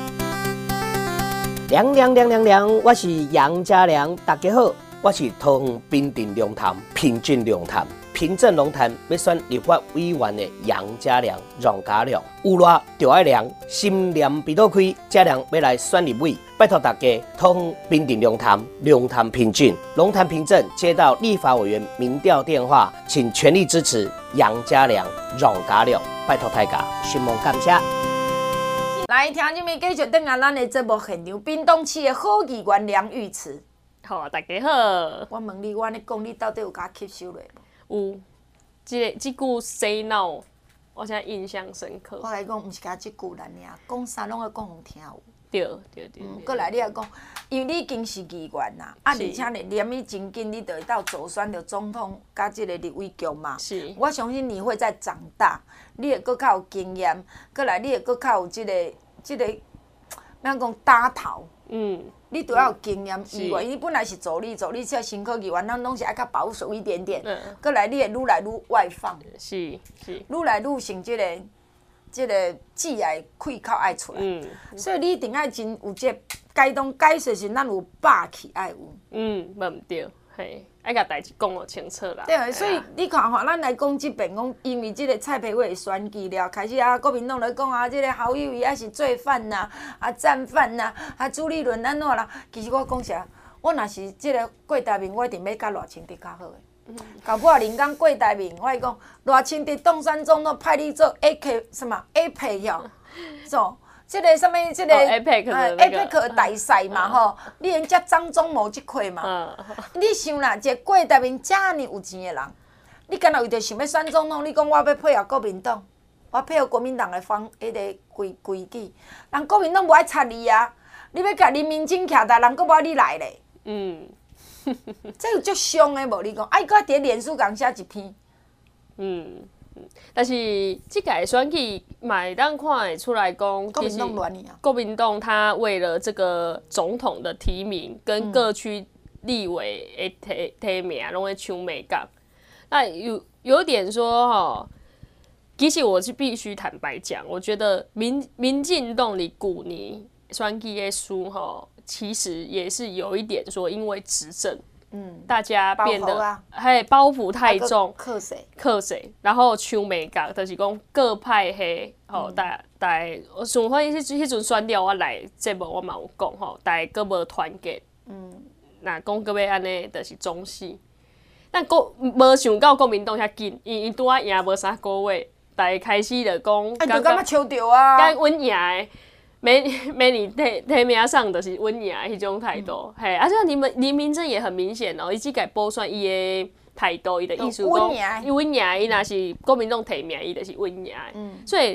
凉凉凉凉凉，我是杨家良，大家好，我是桃园平镇龙潭平镇龙潭平镇龙潭要选立法委员的杨家良、杨家良，有热就爱凉，心念鼻倒开，家良要来选立委，拜托大家，桃园平镇龙潭龙潭平镇龙潭平镇接到立法委员民调电话，请全力支持杨家良、杨家良，拜托大家，询问感谢。
来，听众们继续登来咱的节目现场，屏东市的好议员梁玉慈。
好，大家好。
我问你，我咧讲，你到底有甲吸收落无？
有，即、这个即句洗脑，我现在印象深刻。
我来讲，毋是甲即句咱尔，讲啥拢要讲互听有。
对对对。
嗯，过来你来讲，因为你已经是议员啦，啊，而且咧念你真紧，你就会到走选着总统甲即个立委局嘛。
是。
我相信你会再长大，你会搁较有经验，过来你会搁较有即、这个。即、这个，怎讲打头？嗯，你都要有经验。议员，你本来是助理，助理只辛苦议员，咱拢是爱较保守一点点。嗯。过来，你会愈来愈外放。
是是。
愈来愈成即、这个，即、这个志爱开口爱出来。嗯。所以你一定爱真有这该当解说是咱有霸气爱有。
嗯，无毋对，嘿。爱甲代志讲互清楚啦。
对，所以你看吼，咱来讲即边讲，因为即个蔡培慧选举了，开始啊，国民党咧讲啊，即、这个侯友宜啊是罪犯呐，啊战犯呐，啊朱立伦安怎啦？其实我讲啥，我若是即个郭台铭，我一定要甲赖清德较好诶。到尾人讲郭台铭，我讲赖清德当选总统派你做 A K 什么 A P E 哦，做。即个什物，即个
A P E C 的
A P E C 大赛嘛吼，你连遮张忠谋即块嘛，你想啦，一个郭台铭遮尔有钱的人，你敢若为着想要选总统，你讲我要配合国民党，我配合国民党的方迄个规规矩，人国民党无爱插你啊，你要甲人民警徛台，人佫无你来咧。嗯，这有足伤的无？你讲，哎，佫伫脸书共写一篇。嗯。
但是即届选举嘛会当看会出来讲，
国民党乱啊！
国民党他为了这个总统的提名跟各区立委的提提名，拢会抢美港。那有有点说吼，其实我是必须坦白讲，我觉得民民进党里古年选举的输吼，其实也是有一点说因为执政。嗯，大家变得嘿包袱太重，
克谁
克谁，然后抢美港，就是讲各派系吼，大大我想反正迄迄阵选了我来节目我嘛有讲吼，大家佫无团结，嗯，那讲佫要安尼，就是总死。但国无想到国民党遐紧，因因拄仔赢无啥个月，大家开始就讲，
哎，就感觉笑着啊，
敢稳赢诶。每每你提提名上就是稳赢迄种态度，嘿、嗯，而且你们林明正也很明显哦，伊即个补选伊的态度，伊的意思讲，伊稳赢，伊若是国民党提名，伊就是稳赢。嗯，所以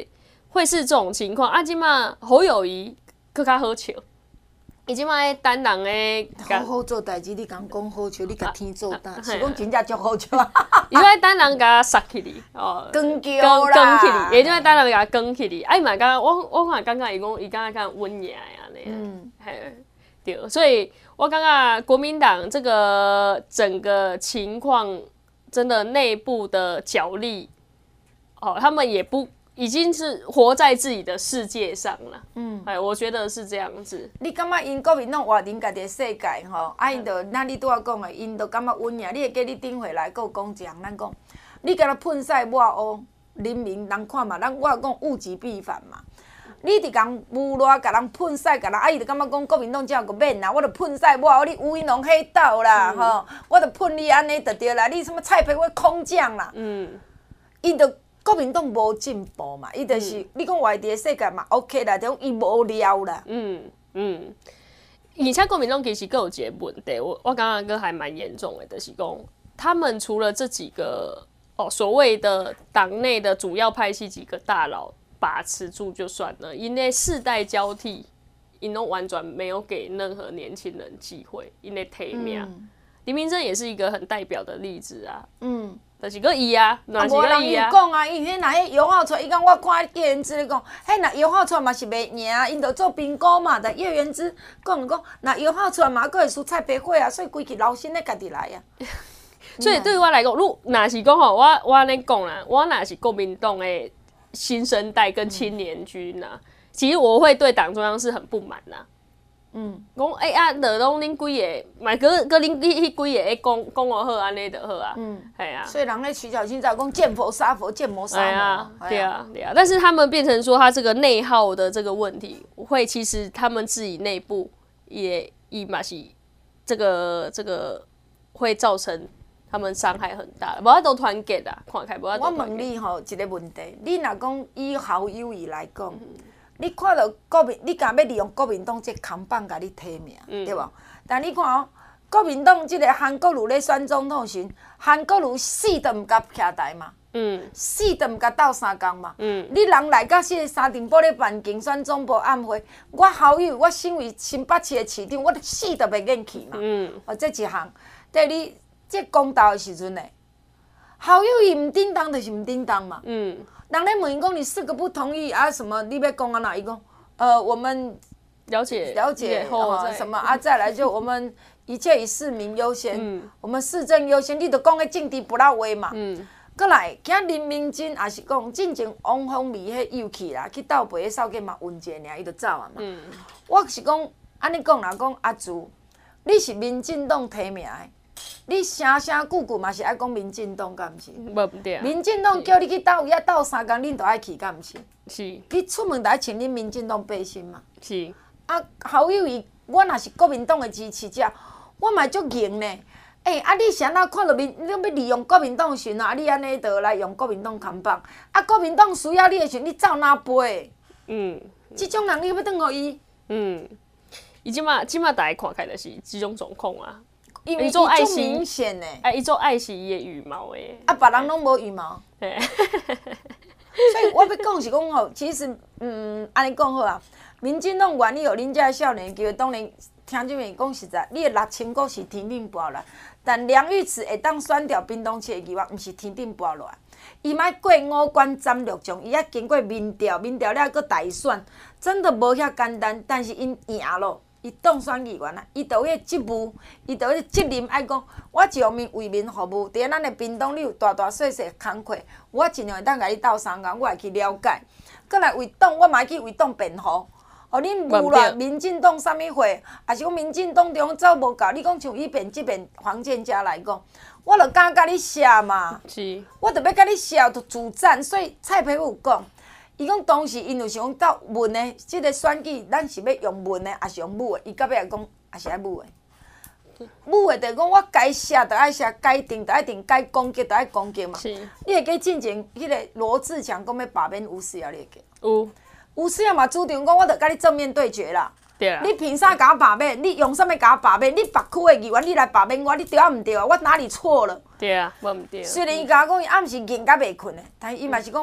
会是这种情况。啊，即马侯友宜更较好笑，伊即马单人诶，
好好做代志，你讲讲好笑，你甲天做大，是讲真正足好笑啊！
伊即摆单人甲杀起哩，哦，
光叫
光
啦，
起哩，伊即摆单人甲光起哩，啊伊嘛感觉我我看感觉伊讲伊感觉较温雅安尼，嗯，嘿，对，所以我感觉国民党这个整个情况真的内部的角力，哦，他们也不。已经是活在自己的世界上了，嗯，哎，我觉得是这样子。
你感觉因国民党活恁家己的世界吼，啊，因着那你拄仔讲的，因着感觉温雅。你会记你顶回来，佫讲一项，咱讲，你甲他喷屎抹乌，人民人看嘛，咱我讲物极必反嘛。你伫共无赖，甲人喷屎，甲人啊，伊就感觉讲国民党这个免啦，我着喷屎抹乌，你乌云龙黑道啦，吼、嗯，我着喷你安尼就对啦，你什么蔡培慧空降啦，嗯，伊着。国民党无进步嘛，伊就是、嗯、你讲外地的世界嘛 ，OK 啦，就伊无聊啦。嗯
嗯，而且国民党其实更有一个问题，我我感觉还蛮严重的，就是讲他们除了这几个哦所谓的党内的主要派系几个大佬把持住就算了，因为世代交替，因都完全没有给任何年轻人机会，因为提名。嗯、林明珍也是一个很代表的例子啊。嗯。就是个伊啊，哪是个伊啊？
讲啊，伊迄若迄摇号出来，伊讲我看叶元之咧讲，迄若摇号出来嘛是袂赢，因着做评估嘛。但叶元之讲讲，若摇号出来嘛，佫会输蔡培慧啊，所以规气老新咧家己来啊。
所以对于我来讲，如若是讲吼，我我安尼讲啦，我若是国民党的新生代跟青年军啊，其实我会对党中央是很不满啦。嗯，讲哎、欸、啊，就拢恁几个，嘛，搁搁恁迄迄几个会讲讲我好安尼就好啊。嗯，系啊。
所以人咧取巧心在讲见佛杀佛，见魔杀魔。
啊，对啊，对啊。但是他们变成说，他这个内耗的这个问题，会其实他们自己内部也也嘛是这个这个会造成他们伤害很大，无法度团结啦，看起来无法度团结。
我问你吼一个问题，你若讲以侯友宜来讲。嗯，你看到国民，你敢要利用国民党这扛棒甲你提名，嗯、对无？但你看哦，国民党即个韩国瑜咧选总统时，韩国瑜死都毋甲徛台嘛，嗯，死都毋甲斗三工嘛，嗯，你人来到即个三重埔咧办竞选总部暗会，我侯友宜，我身为新北市的市长，我死都袂愿去嘛，嗯，哦，这一项，第二，这公道的时阵呢，侯友宜毋叮当就是毋叮当嘛，嗯。人咧问伊讲，你四个不同意啊？什么？你要讲啊哪？伊讲，呃，我们
了解
了解哦，什么啊？再来就我们一切以市民优先，嗯、我们市政优先，你都讲个政治不落话嘛。嗯。过来，今林明珍也是讲，进前王凤丽迄又去啦，去斗陪迄少计嘛混一下尔，伊就走啊嘛。嗯。我是讲，安尼讲啦，讲阿朱，你是民进党提名的。你声声句句嘛是爱讲民进党，敢毋是？
无毋对啊。
民进党叫你去斗位啊，斗三工，恁都爱去，敢毋是？
是。
你出门就爱穿恁民进党背心嘛？
是。
啊，侯友宜，我若是国民党的支持者，我嘛足硬呢。诶、欸，啊，你谁哪看到民，你要利用国民党时啊，你安尼就来用国民党扛棒。啊，国民党需要你的时，你走哪飞？嗯。即种人你要转互伊？嗯。
伊即马即马大家看起来就是即种状况啊。
因为伊足明显诶，
哎，伊做爱惜伊诶羽毛诶，
啊，别人拢无羽毛。所以我要讲是讲吼，其实，嗯，安尼讲好啊，民进党愿意互恁遮少年球，当然听这边讲实在，你诶六千股是天顶拨来，但梁玉慈会当选掉屏东市诶议员，毋是天顶拨落来。伊莫过五关斩六将，伊还经过民调，民调了还佫大选，真的无遐简单，但是因赢咯。伊当选议员啊，伊就迄职务，伊就迄责任爱讲，我上面为民服务。伫咱的屏东，你有大大小小工课，我尽量会当甲你斗相共，我会去了解。过来为党，我嘛会去为党辩护。哦，恁无论民进党啥物货，也是讲民进党中走无够，你讲像伊边即边黄建佳来讲，我著敢甲你写嘛。是。我著要甲你写，著自战。所以蔡培有讲。伊讲当时因有想讲到文的，即个选举，咱是要用文的，还是用武的？伊到尾来讲，也是爱武的。武的就讲我该写就爱写，该定就爱定，该攻击就爱攻击嘛。是。你会记进前迄个罗志强讲要罢免吴思瑶，你会记？有。吴思瑶嘛主张讲，我著甲你正面对决啦。对啊。你凭啥甲我罢免？你用啥物甲我罢免？你北区的议员，你来罢免我，你对啊毋对啊？我哪里错了？
对啊，我毋对。
虽然伊甲我讲，伊暗时硬甲袂困的，但伊嘛是讲。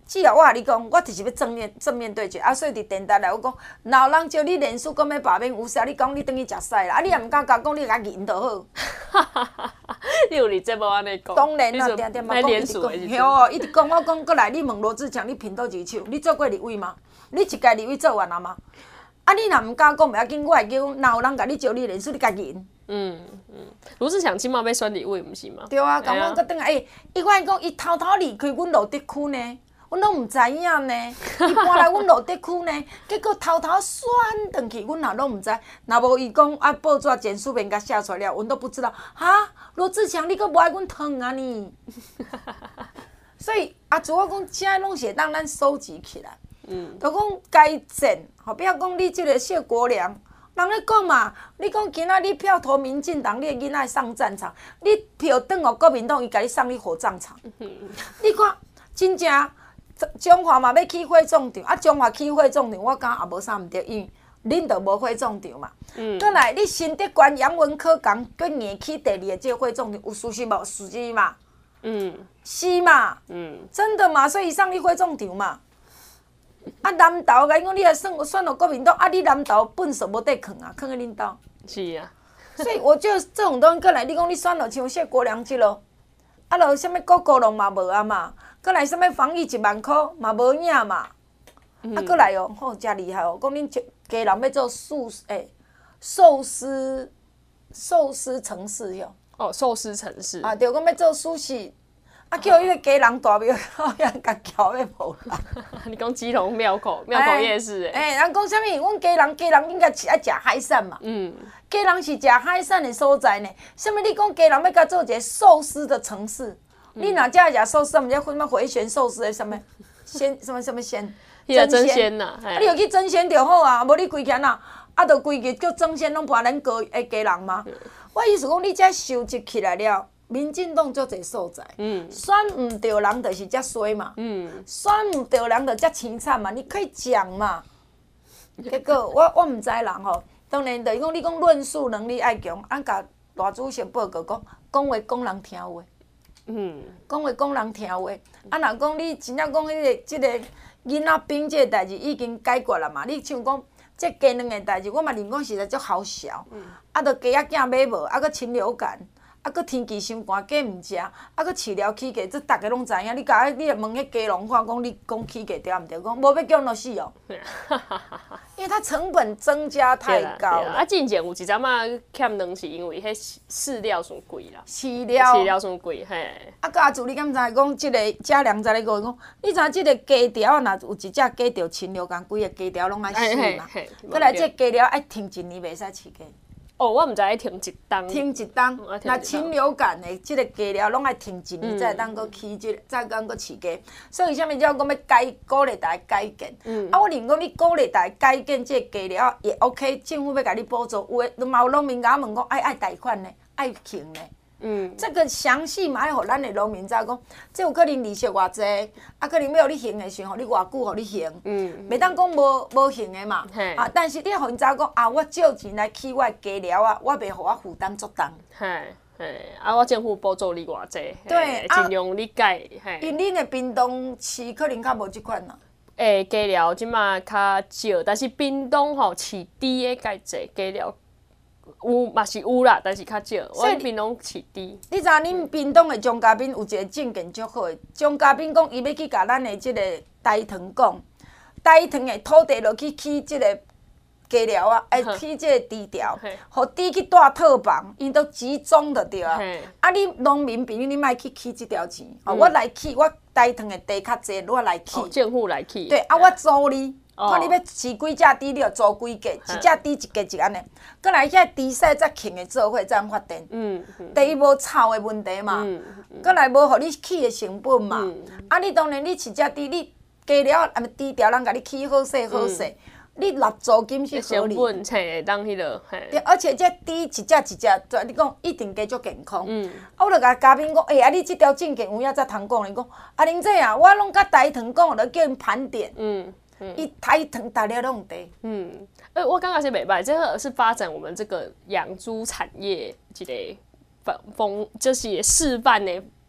只要我甲你讲，我就是要正面正面对决啊！所以伫电台内我讲，若有人招你连署，讲要罢免有啥？你讲你等去食屎啦！啊，你也毋敢甲讲，你甲赢就好。
你有伫节目安尼讲？
当然啦，
你
定定嘛
买
讲一直讲，
连署的时
嘿哦，一直讲我讲过来，你问罗志强，你评倒一手，你做过立委吗？你一届立委做完啊吗？啊，你若毋敢讲，袂要紧，我会叫，若有人甲你招你连署，你家赢。
嗯嗯，卢志强即马要选立委，毋是吗？
对啊，讲我搁转来，诶，伊我讲伊偷偷离开阮罗德区呢。阮拢毋知影呢，伊搬来阮罗德区呢，结果偷偷选转去，阮也拢毋知。若无伊讲啊，报纸简书面甲写出来了，阮都不知道。哈，罗志强，你阁无爱阮汤啊你？所以啊，自我讲，这拢是会当咱收集起来。嗯。就讲该战，后壁讲你即个谢国良，人咧讲嘛，你讲今仔你票投民进党，你的囡仔上战场，你票转互国民党，伊甲你送你火葬场。你看，真正。中华嘛要起火葬场，啊中华起火葬场，我感觉也无啥毋对，因为恁着无火葬场嘛。嗯。转来，你新德县杨文科港，佮硬起第二个这个火葬场，有事实无？事实嘛。嗯。是嘛。嗯。真的嘛，所以送你火葬场嘛。啊，南投甲伊讲，你若选选落国民党，啊，你南投粪扫无得囥啊，囥喺恁兜。
是啊。
所以我觉得这种东西，过来你讲你选落像谢国良即咯，啊，落啥物高高龙嘛无啊嘛。过来，啥物防疫一万块嘛无影嘛，啊，过来哦，吼，真厉害哦！讲恁家人要做素诶，寿司寿司城市哟。
哦，寿司城市。
啊，对，讲要做寿司，啊，叫迄个家人大庙，好像甲桥要无啦。
你讲基隆庙口庙口夜市诶？
诶，人讲啥物？阮家人家人应该是爱食海产嘛。嗯。家人是食海产的所在呢。啥物？你讲家人要甲做一个寿司的城市？你若只食寿司，毋知什么回旋寿司的什么鲜什么什么鲜，
真鲜呐！
啊，你有去真鲜就好啊，无你规天啊，啊，着规日叫真鲜拢伴咱家的家人嘛。我意思讲，你遮收集起来了，民进党足侪所在，嗯，选毋着人就是遮衰嘛，嗯，选毋着人就遮凄惨嘛，你可以讲嘛。结果我我毋知人吼，当然就是讲你讲论述能力爱强，俺甲大主席报告讲，讲话讲人听话。嗯，讲话讲人听话，啊，若讲你真正讲迄个即个囡仔兵即个代志已经解决了嘛？你像讲即鸡卵的代志，我嘛认讲实在足好笑，啊，着鸡仔囝买无，啊，搁禽流感，啊，搁天气伤寒，鸡毋食，啊，搁饲料起价，这逐个拢知影。你甲你问迄鸡农看讲，你讲起价对毋对？讲无要叫喏死哦。因为它成本增加太高了。
啊，之前有一阵仔欠粮是因为迄饲料伤贵啦。
饲料。
饲料伤贵，嘿。
啊，家主，你敢知讲即个嘉良在咧讲讲，你知即个鸡条若有一只鸡着禽流感，规个鸡条拢爱死嘛。过来，即鸡条爱停一年袂使饲鸡。
哦，我毋知爱停一冬。
停一冬，若禽流感的即个鸡条拢爱停一年，才会当搁起即个，才当搁饲鸡。所以，啥物叫讲要改鼓励大家改建？啊，我认讲你鼓励大家改建即个鸡条也 OK， 政府要甲你补助，有诶，嘛有农民甲我问讲，爱爱贷款呢，爱请呢。嗯，这个详细嘛，爱互咱的农民知讲，这有可能利息偌济，啊，可能要你还的时候，你偌久互你还，嗯，袂当讲无无还的嘛，啊，但是你互因知讲啊，我借钱来起我的鸡寮啊，我袂互我负担足重。
嘿，嘿，啊，我政府补助你偌济，
对，
尽量你改，嘿。
因恁的屏东市可能较无即款啦。
诶，鸡寮即马较少，但是屏东吼饲猪的较济，鸡寮。有嘛是有啦，但是较少。我屏东饲猪。
你知影恁屏东的张嘉宾有一个证件足好的，张嘉宾讲伊要去甲咱的即个台糖讲，台糖的土地落去起即个鸡寮啊，哎起即个猪条，互猪去带套房，因都集中就对啊。啊，你农民朋友，你莫去起即条钱，哦，我来起，我台糖的地较济，我来起。
政府来起。
对，啊，我租你。看你要饲几只猪，你就租几价，一只猪一价一安尼。过来遐猪屎才轻的做伙才发电。嗯。第一无臭的问题嘛。嗯。过来无互你起的成本嘛。嗯。啊，你当然你饲只猪，你加了啊，猪条人甲你起好势好势，你纳租金是合理。
成本册会当迄落。
对，而且这猪一只一只，你讲一定加足健康。嗯。啊，我著甲嘉宾讲，哎，啊，你即条证件有影才通讲。伊讲，啊，玲姐啊，我拢甲台糖讲，著叫因盘点。嗯。伊台糖大了拢地。
嗯，呃，我感觉是袂歹，这个是发展我们这个养猪产业一个风，就是示范的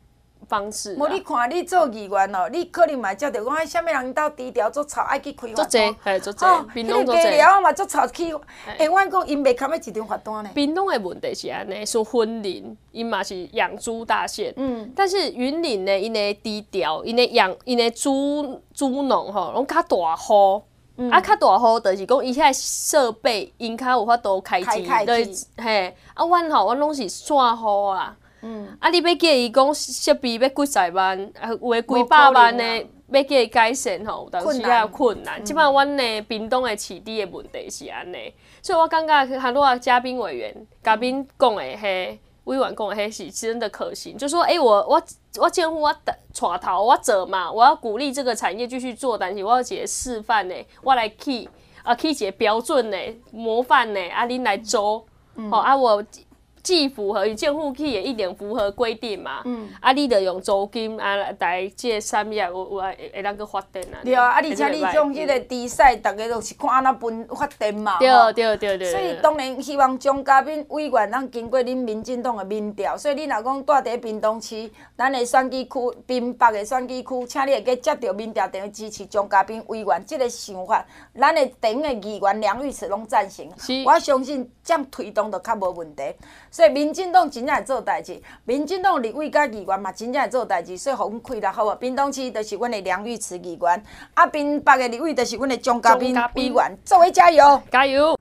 方式、啊。
无你看你做议员哦，你可能嘛才着讲，哎，啥物人兜低调做吵，爱去开
足
罚单。
济，嘿，足济
哦，，
屏东足
迄个
济。
家了嘛足吵起，哎，阮讲因袂堪要一张罚单呢。
屏东的问题是安尼，说婚林，因嘛是养猪大县，
嗯，
但是云林呢，因的低调，因的养，因的猪猪农吼，拢较大户。
嗯
啊，较大户就是讲，伊遐设备因较有法度开钱，
开开
就是嘿。啊，阮吼，阮拢是散户啦。
嗯，
啊，你要叫伊讲设备要几十万，啊，有诶几百万呢，要叫伊改善吼，有当时啊困难。即摆阮呢，屏东的市地的问题是安尼，所以我感觉很多嘉宾委员、嘉宾讲的迄。委员讲的迄是真的可行，就说哎、欸，我我我政府我带头我做嘛，我要鼓励这个产业继续做，但是我要一个示范呢，我来起啊起一个标准呢、模范呢，啊恁来做，嗯、哦啊我既符合政府起也一定符合规定嘛，嗯、啊你着用租金啊来这个产业有有会会当去发展啊。
对啊，啊而且你种迄个地势，大家都是看安怎分发展嘛。
对对对对。
所以当然希望张嘉宾委员，咱经过恁民进党的民调，所以你若讲住伫屏东市，咱的选举区滨北的选举区，请你会记接到民调电话支持张嘉宾委员，即、这个想法，咱的顶的议员梁玉慈拢赞成。我相信这样推动就较无问题。所以民进党真正会做代志，民进党立委甲议员嘛真正会做代志，所以互阮开力好无？屏东市就是阮的梁玉慈议员，啊滨北的立委就是阮的张嘉宾委员，作为加油！
加油！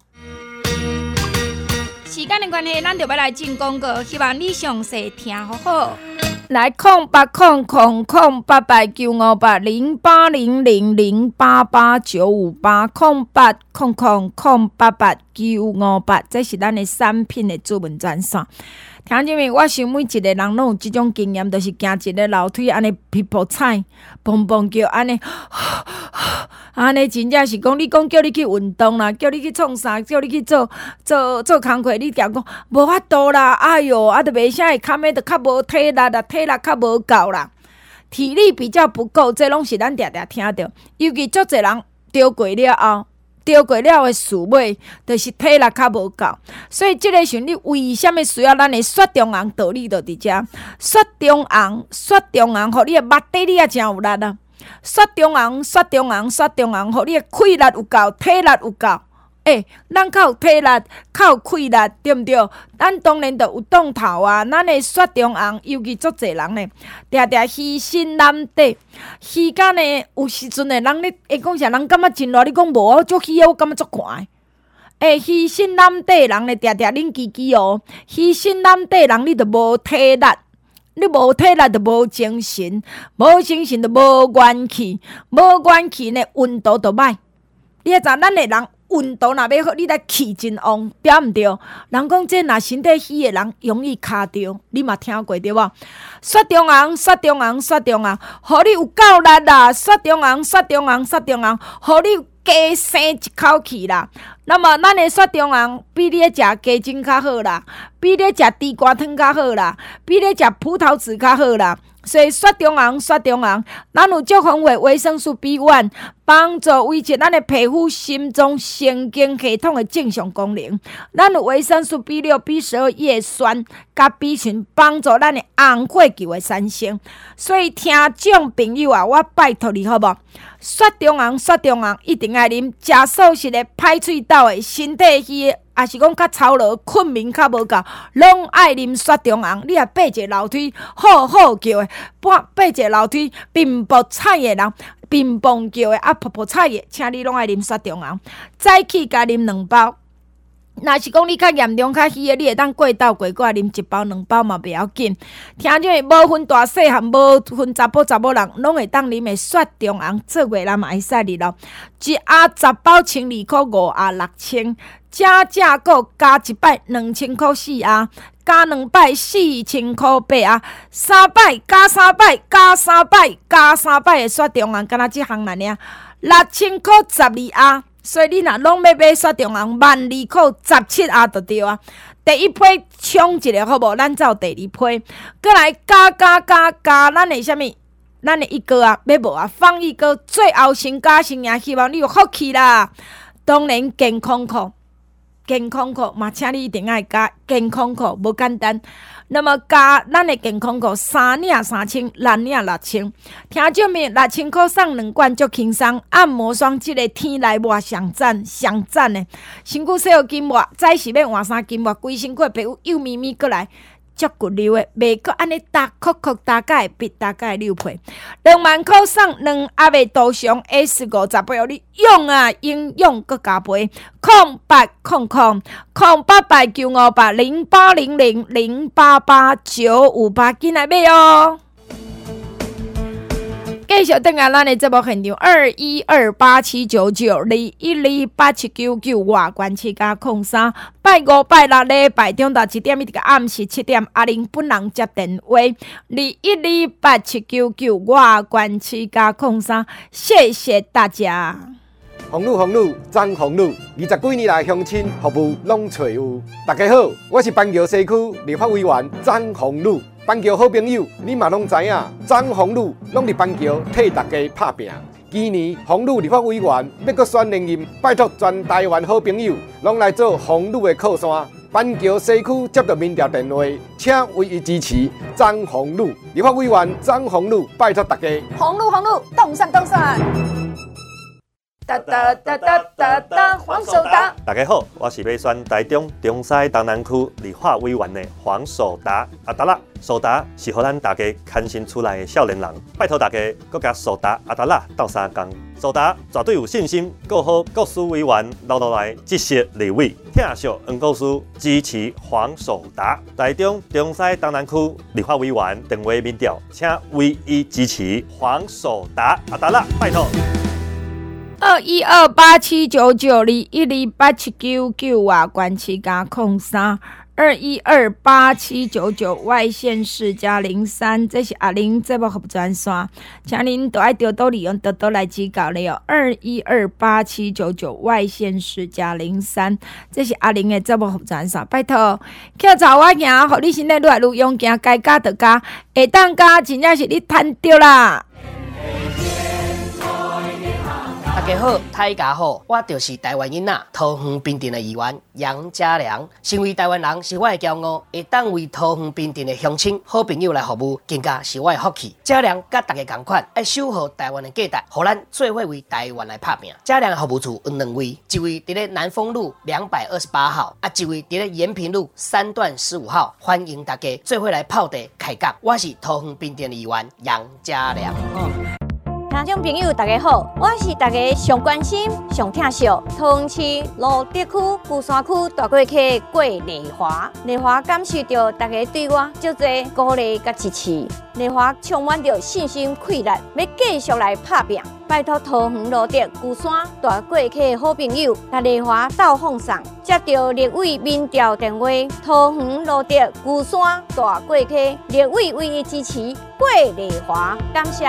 时间的关系，咱就要来进广告，希望你详细听好好。来空八空空空八八九五八零八零零零八八九五八空八空空空八八九五八，这是咱的产品的主文专线。听见没？我想每一个人拢有即种经验，就是行一个楼梯安尼皮步踩，蹦蹦叫安尼，安尼真正是讲你讲叫你去运动啦，叫你去创啥，叫你去做做做工课，你讲讲无法度啦，哎哟，啊，著袂啥会坎的，著较无体力啦，体力较无够啦，体力比较不够，这拢是咱常常听到，尤其足侪人着过了后。着过了的事尾，就是体力较无够，所以即个时候你为什么需要咱的雪中红？道理就伫遮，雪中红，雪中红，互你的目底你也真有力啊！雪中红，雪中红，雪中红，互你的气力有够，体力有够。诶、欸，咱较有体力，较有气力，对毋对？咱当然着有动头啊！咱的雪中红，尤其足侪人呢，常常虚心难得，虚干呢，有时阵的人咧会讲啥？人感觉真热，你讲无，我足虚，我感觉足寒的。诶、欸，虚心难得人呢，常常恁叽叽哦，虚心难得人，你着无体力。你无体力就无精神，无精神就无元气，无元气呢，运动就歹。你会知咱的人。运动若要好，你来气真旺，对毋对？人讲这若身体虚的人容易卡着，你嘛听过对无？雪中红，雪中红，雪中红，互你有够力啦！雪中红，雪中红，雪中红，互你加生一口气啦。那么咱的雪中红比你咧食鸡精较好啦，比你咧食地瓜汤较好啦，比你咧食葡萄籽较好啦。所以雪中红，雪中红，咱有足丰富维生素 B 一，帮助维持咱的皮肤、心脏、神经系统的正常功能。咱有维生素 B 六、B 十二叶酸甲 B 群，帮助咱的红血球的产生。所以听众朋友啊，我拜托你好无？雪中红，雪中红，一定爱啉，食素食的、歹喙斗的、身体虚的。也是讲较操劳、困眠较无够，拢爱啉雪中红。你若爬一个楼梯，好好叫的；爬爬一个楼梯，并步踩的人，乒乓叫的，啊，噗噗踩的，请你拢爱啉雪中红。早起加啉两包。若是讲你较严重、较虚的，你会当过斗过过啉一包、两包嘛，袂要紧。听种的无分大细汉，无分查甫查某人，拢会当啉的雪中红，做月咱嘛会使哩咯。一盒十包千二块，五盒六千。加价购加一摆两千块四盒，加两摆四千块八盒，三摆加三摆加三摆加三摆的雪中红，敢若即项来尔，六千块十二盒。所以你若拢要买雪中红，万二块十七盒就对啊。第一批冲一个好无？咱走第二批，过来加加加加，咱的啥物？咱的一哥啊，要无啊？放一哥，最后成家成业，希望你有福气啦。当然健康康。 健康课嘛，请你一定要加健康课，无简单。那么加咱的健康课，三领三千，六领六千。听证明六千块送两罐足轻松，按摩霜即个天内外上赞上赞的，身躯洗好筋膜，再是要换衫筋膜，规身躯皮肤幼咪咪过来。足骨溜的，袂阁安尼大壳壳大概比大概溜皮，两万块送两阿未多上 S 五十八，你用啊应用搁加倍，空八空空空八八九五八零八零零零八八九五八进来买哦。继续等下咱的节目现场，二一二八七九九二一二八七九九外关七加空三，拜五拜六礼拜中到一点一直到暗时七点，阿玲本人接电话，二一二八七九九外关七加空三，谢谢大家。
红路红路张红路，二十几年来乡亲服务拢找有。大家好，我是板桥西区立法委员张红路。板桥好朋友，你嘛拢知影，张红路拢伫板桥替大家拍拼。今年红路立法委员要阁选连任，拜托全台湾好朋友拢来做红路的靠山。板桥西区接到民调电话，请唯一支持张红路立法委员张红路，拜托大家。
红路红路，动算动算。哒哒哒哒哒哒，黄守达。
大家好，我是要选台中中西东南区立法委员的黄守达阿达拉。守达是互咱大家牵新出来的少年人，拜托大家搁甲守达阿达拉斗相共。守达绝对有信心，过好国司委员留落来执行立委，听小黄国司支持黄守达。台中中西东南区立法委员电话民调，请唯一支持黄守达阿达拉，拜托。
二一二八七九九二一二八七九九外关七加空三二一二八七九九外县市加零三，这是阿玲节目服专线，请您都爱多多利用，多多来指教了。二一二八七九九外县市加零三，这是阿玲的节目服专线，拜托，叫查我行，互你身体愈来愈勇敢，该加就加，会当加，真正是你赚到啦。
大家好，大家好，我就是台湾囡仔桃园滨镇的议员杨家良。身为台湾人是我的骄傲，会当为桃园滨镇的乡亲、好朋友来服务，更加是我的福气。家良甲大家同款，爱守护台湾的价值，互咱做伙为台湾来拍拼。家良的服务处有两位，一位伫咧南丰路两百二十八号，啊，一位伫咧延平路三段十五号。欢迎大家做伙来泡茶开讲。我是桃园滨镇的议员杨家良。哦
听众朋友，大家好，我是大家上关心、上疼惜桃园市罗德区富山区大过溪郭丽华。丽华感受到大家对我足侪鼓励甲支持，丽华充满着信心气力，要继续来拍拼。拜托桃园罗德富山大过溪的好朋友，甲丽华斗奉送，接到立委民调电话，桃园罗德富山大过溪立委唯一支持郭丽华，感谢。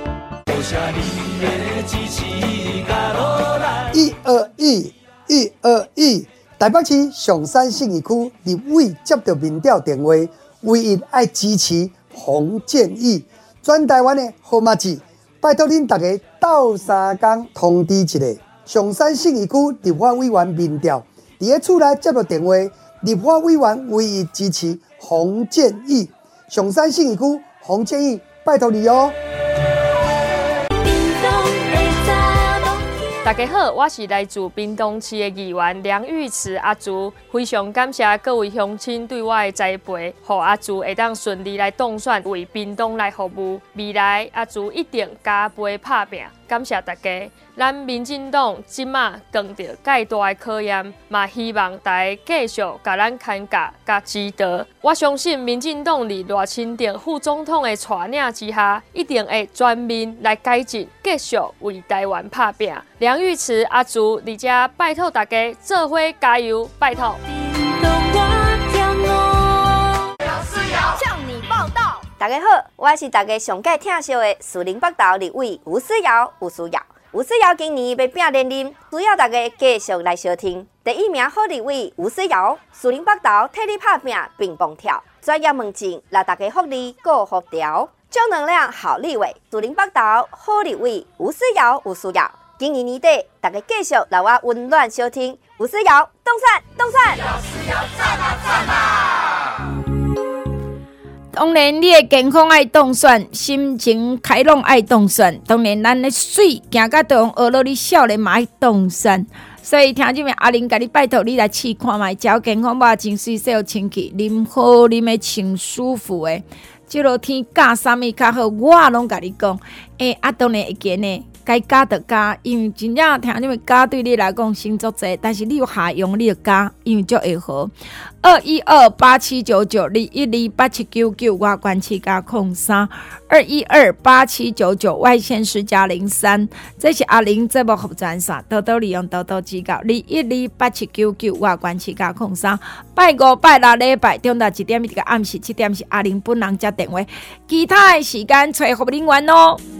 一二一，一二一，台北市上山信义区立委接到民调电话，唯一爱支持洪建义，全台湾的好妈子，拜托恁大家斗三工通知一下，上山信义区立法委员民调，伫个厝内接到电话，立法委员唯一支持洪建义，上山信义区洪建义，拜托你哦。
大家好，我是来自屏东市的议员梁玉慈阿朱，非常感谢各位乡亲对我的栽培，让阿朱会当顺利来当选为屏东来服务。未来阿朱一定加倍拍拼，感谢大家。咱民进党即马碰到介大的考验，嘛希望大家继续甲咱牵架、甲指导。我相信民进党伫赖清德副总统的带领之下，一定会全面来改进，继续为台湾拍拼。梁玉慈阿朱伫遮拜托大家做伙加油，拜托。
向你报道。大家好，我是大家上届听惜的士林北投立委吴思瑶，吴思瑶。吴思瑶今年要拼连任，需要大家继续来收听。第一名好立委吴思瑶，士林北投替你拍拼并蹦跳，专业问政，让大家福利过福调，正能量好立委，士林北投好立委吴思瑶，吴思瑶。 今年年底，大家继续来我温暖收听吴思瑶动算动算。
当然，你的健康爱动算，心情开朗爱动算。当然，咱的水行到中学落，你少年嘛爱动算。所以，听这面阿玲甲你拜托你来试看卖，只要健康吧，真水洗好清气，啉好啉的清舒服的。这落天加啥物较好，我拢甲你讲。诶、欸，啊，当然会记呢。该加就加，因为真正听你们加对你来讲先足济，但是你有下用你就加，因为足会好。二一二八七九九二一二八七九九外关七加空三二一二八七九九外线十加零三，这是阿玲节目服专线，多多利用多多指教。二一二八七九九外关七加空三，拜五拜六礼拜中到一点一个暗时七点是阿玲本人接电话，其他的时间找服务人员哦。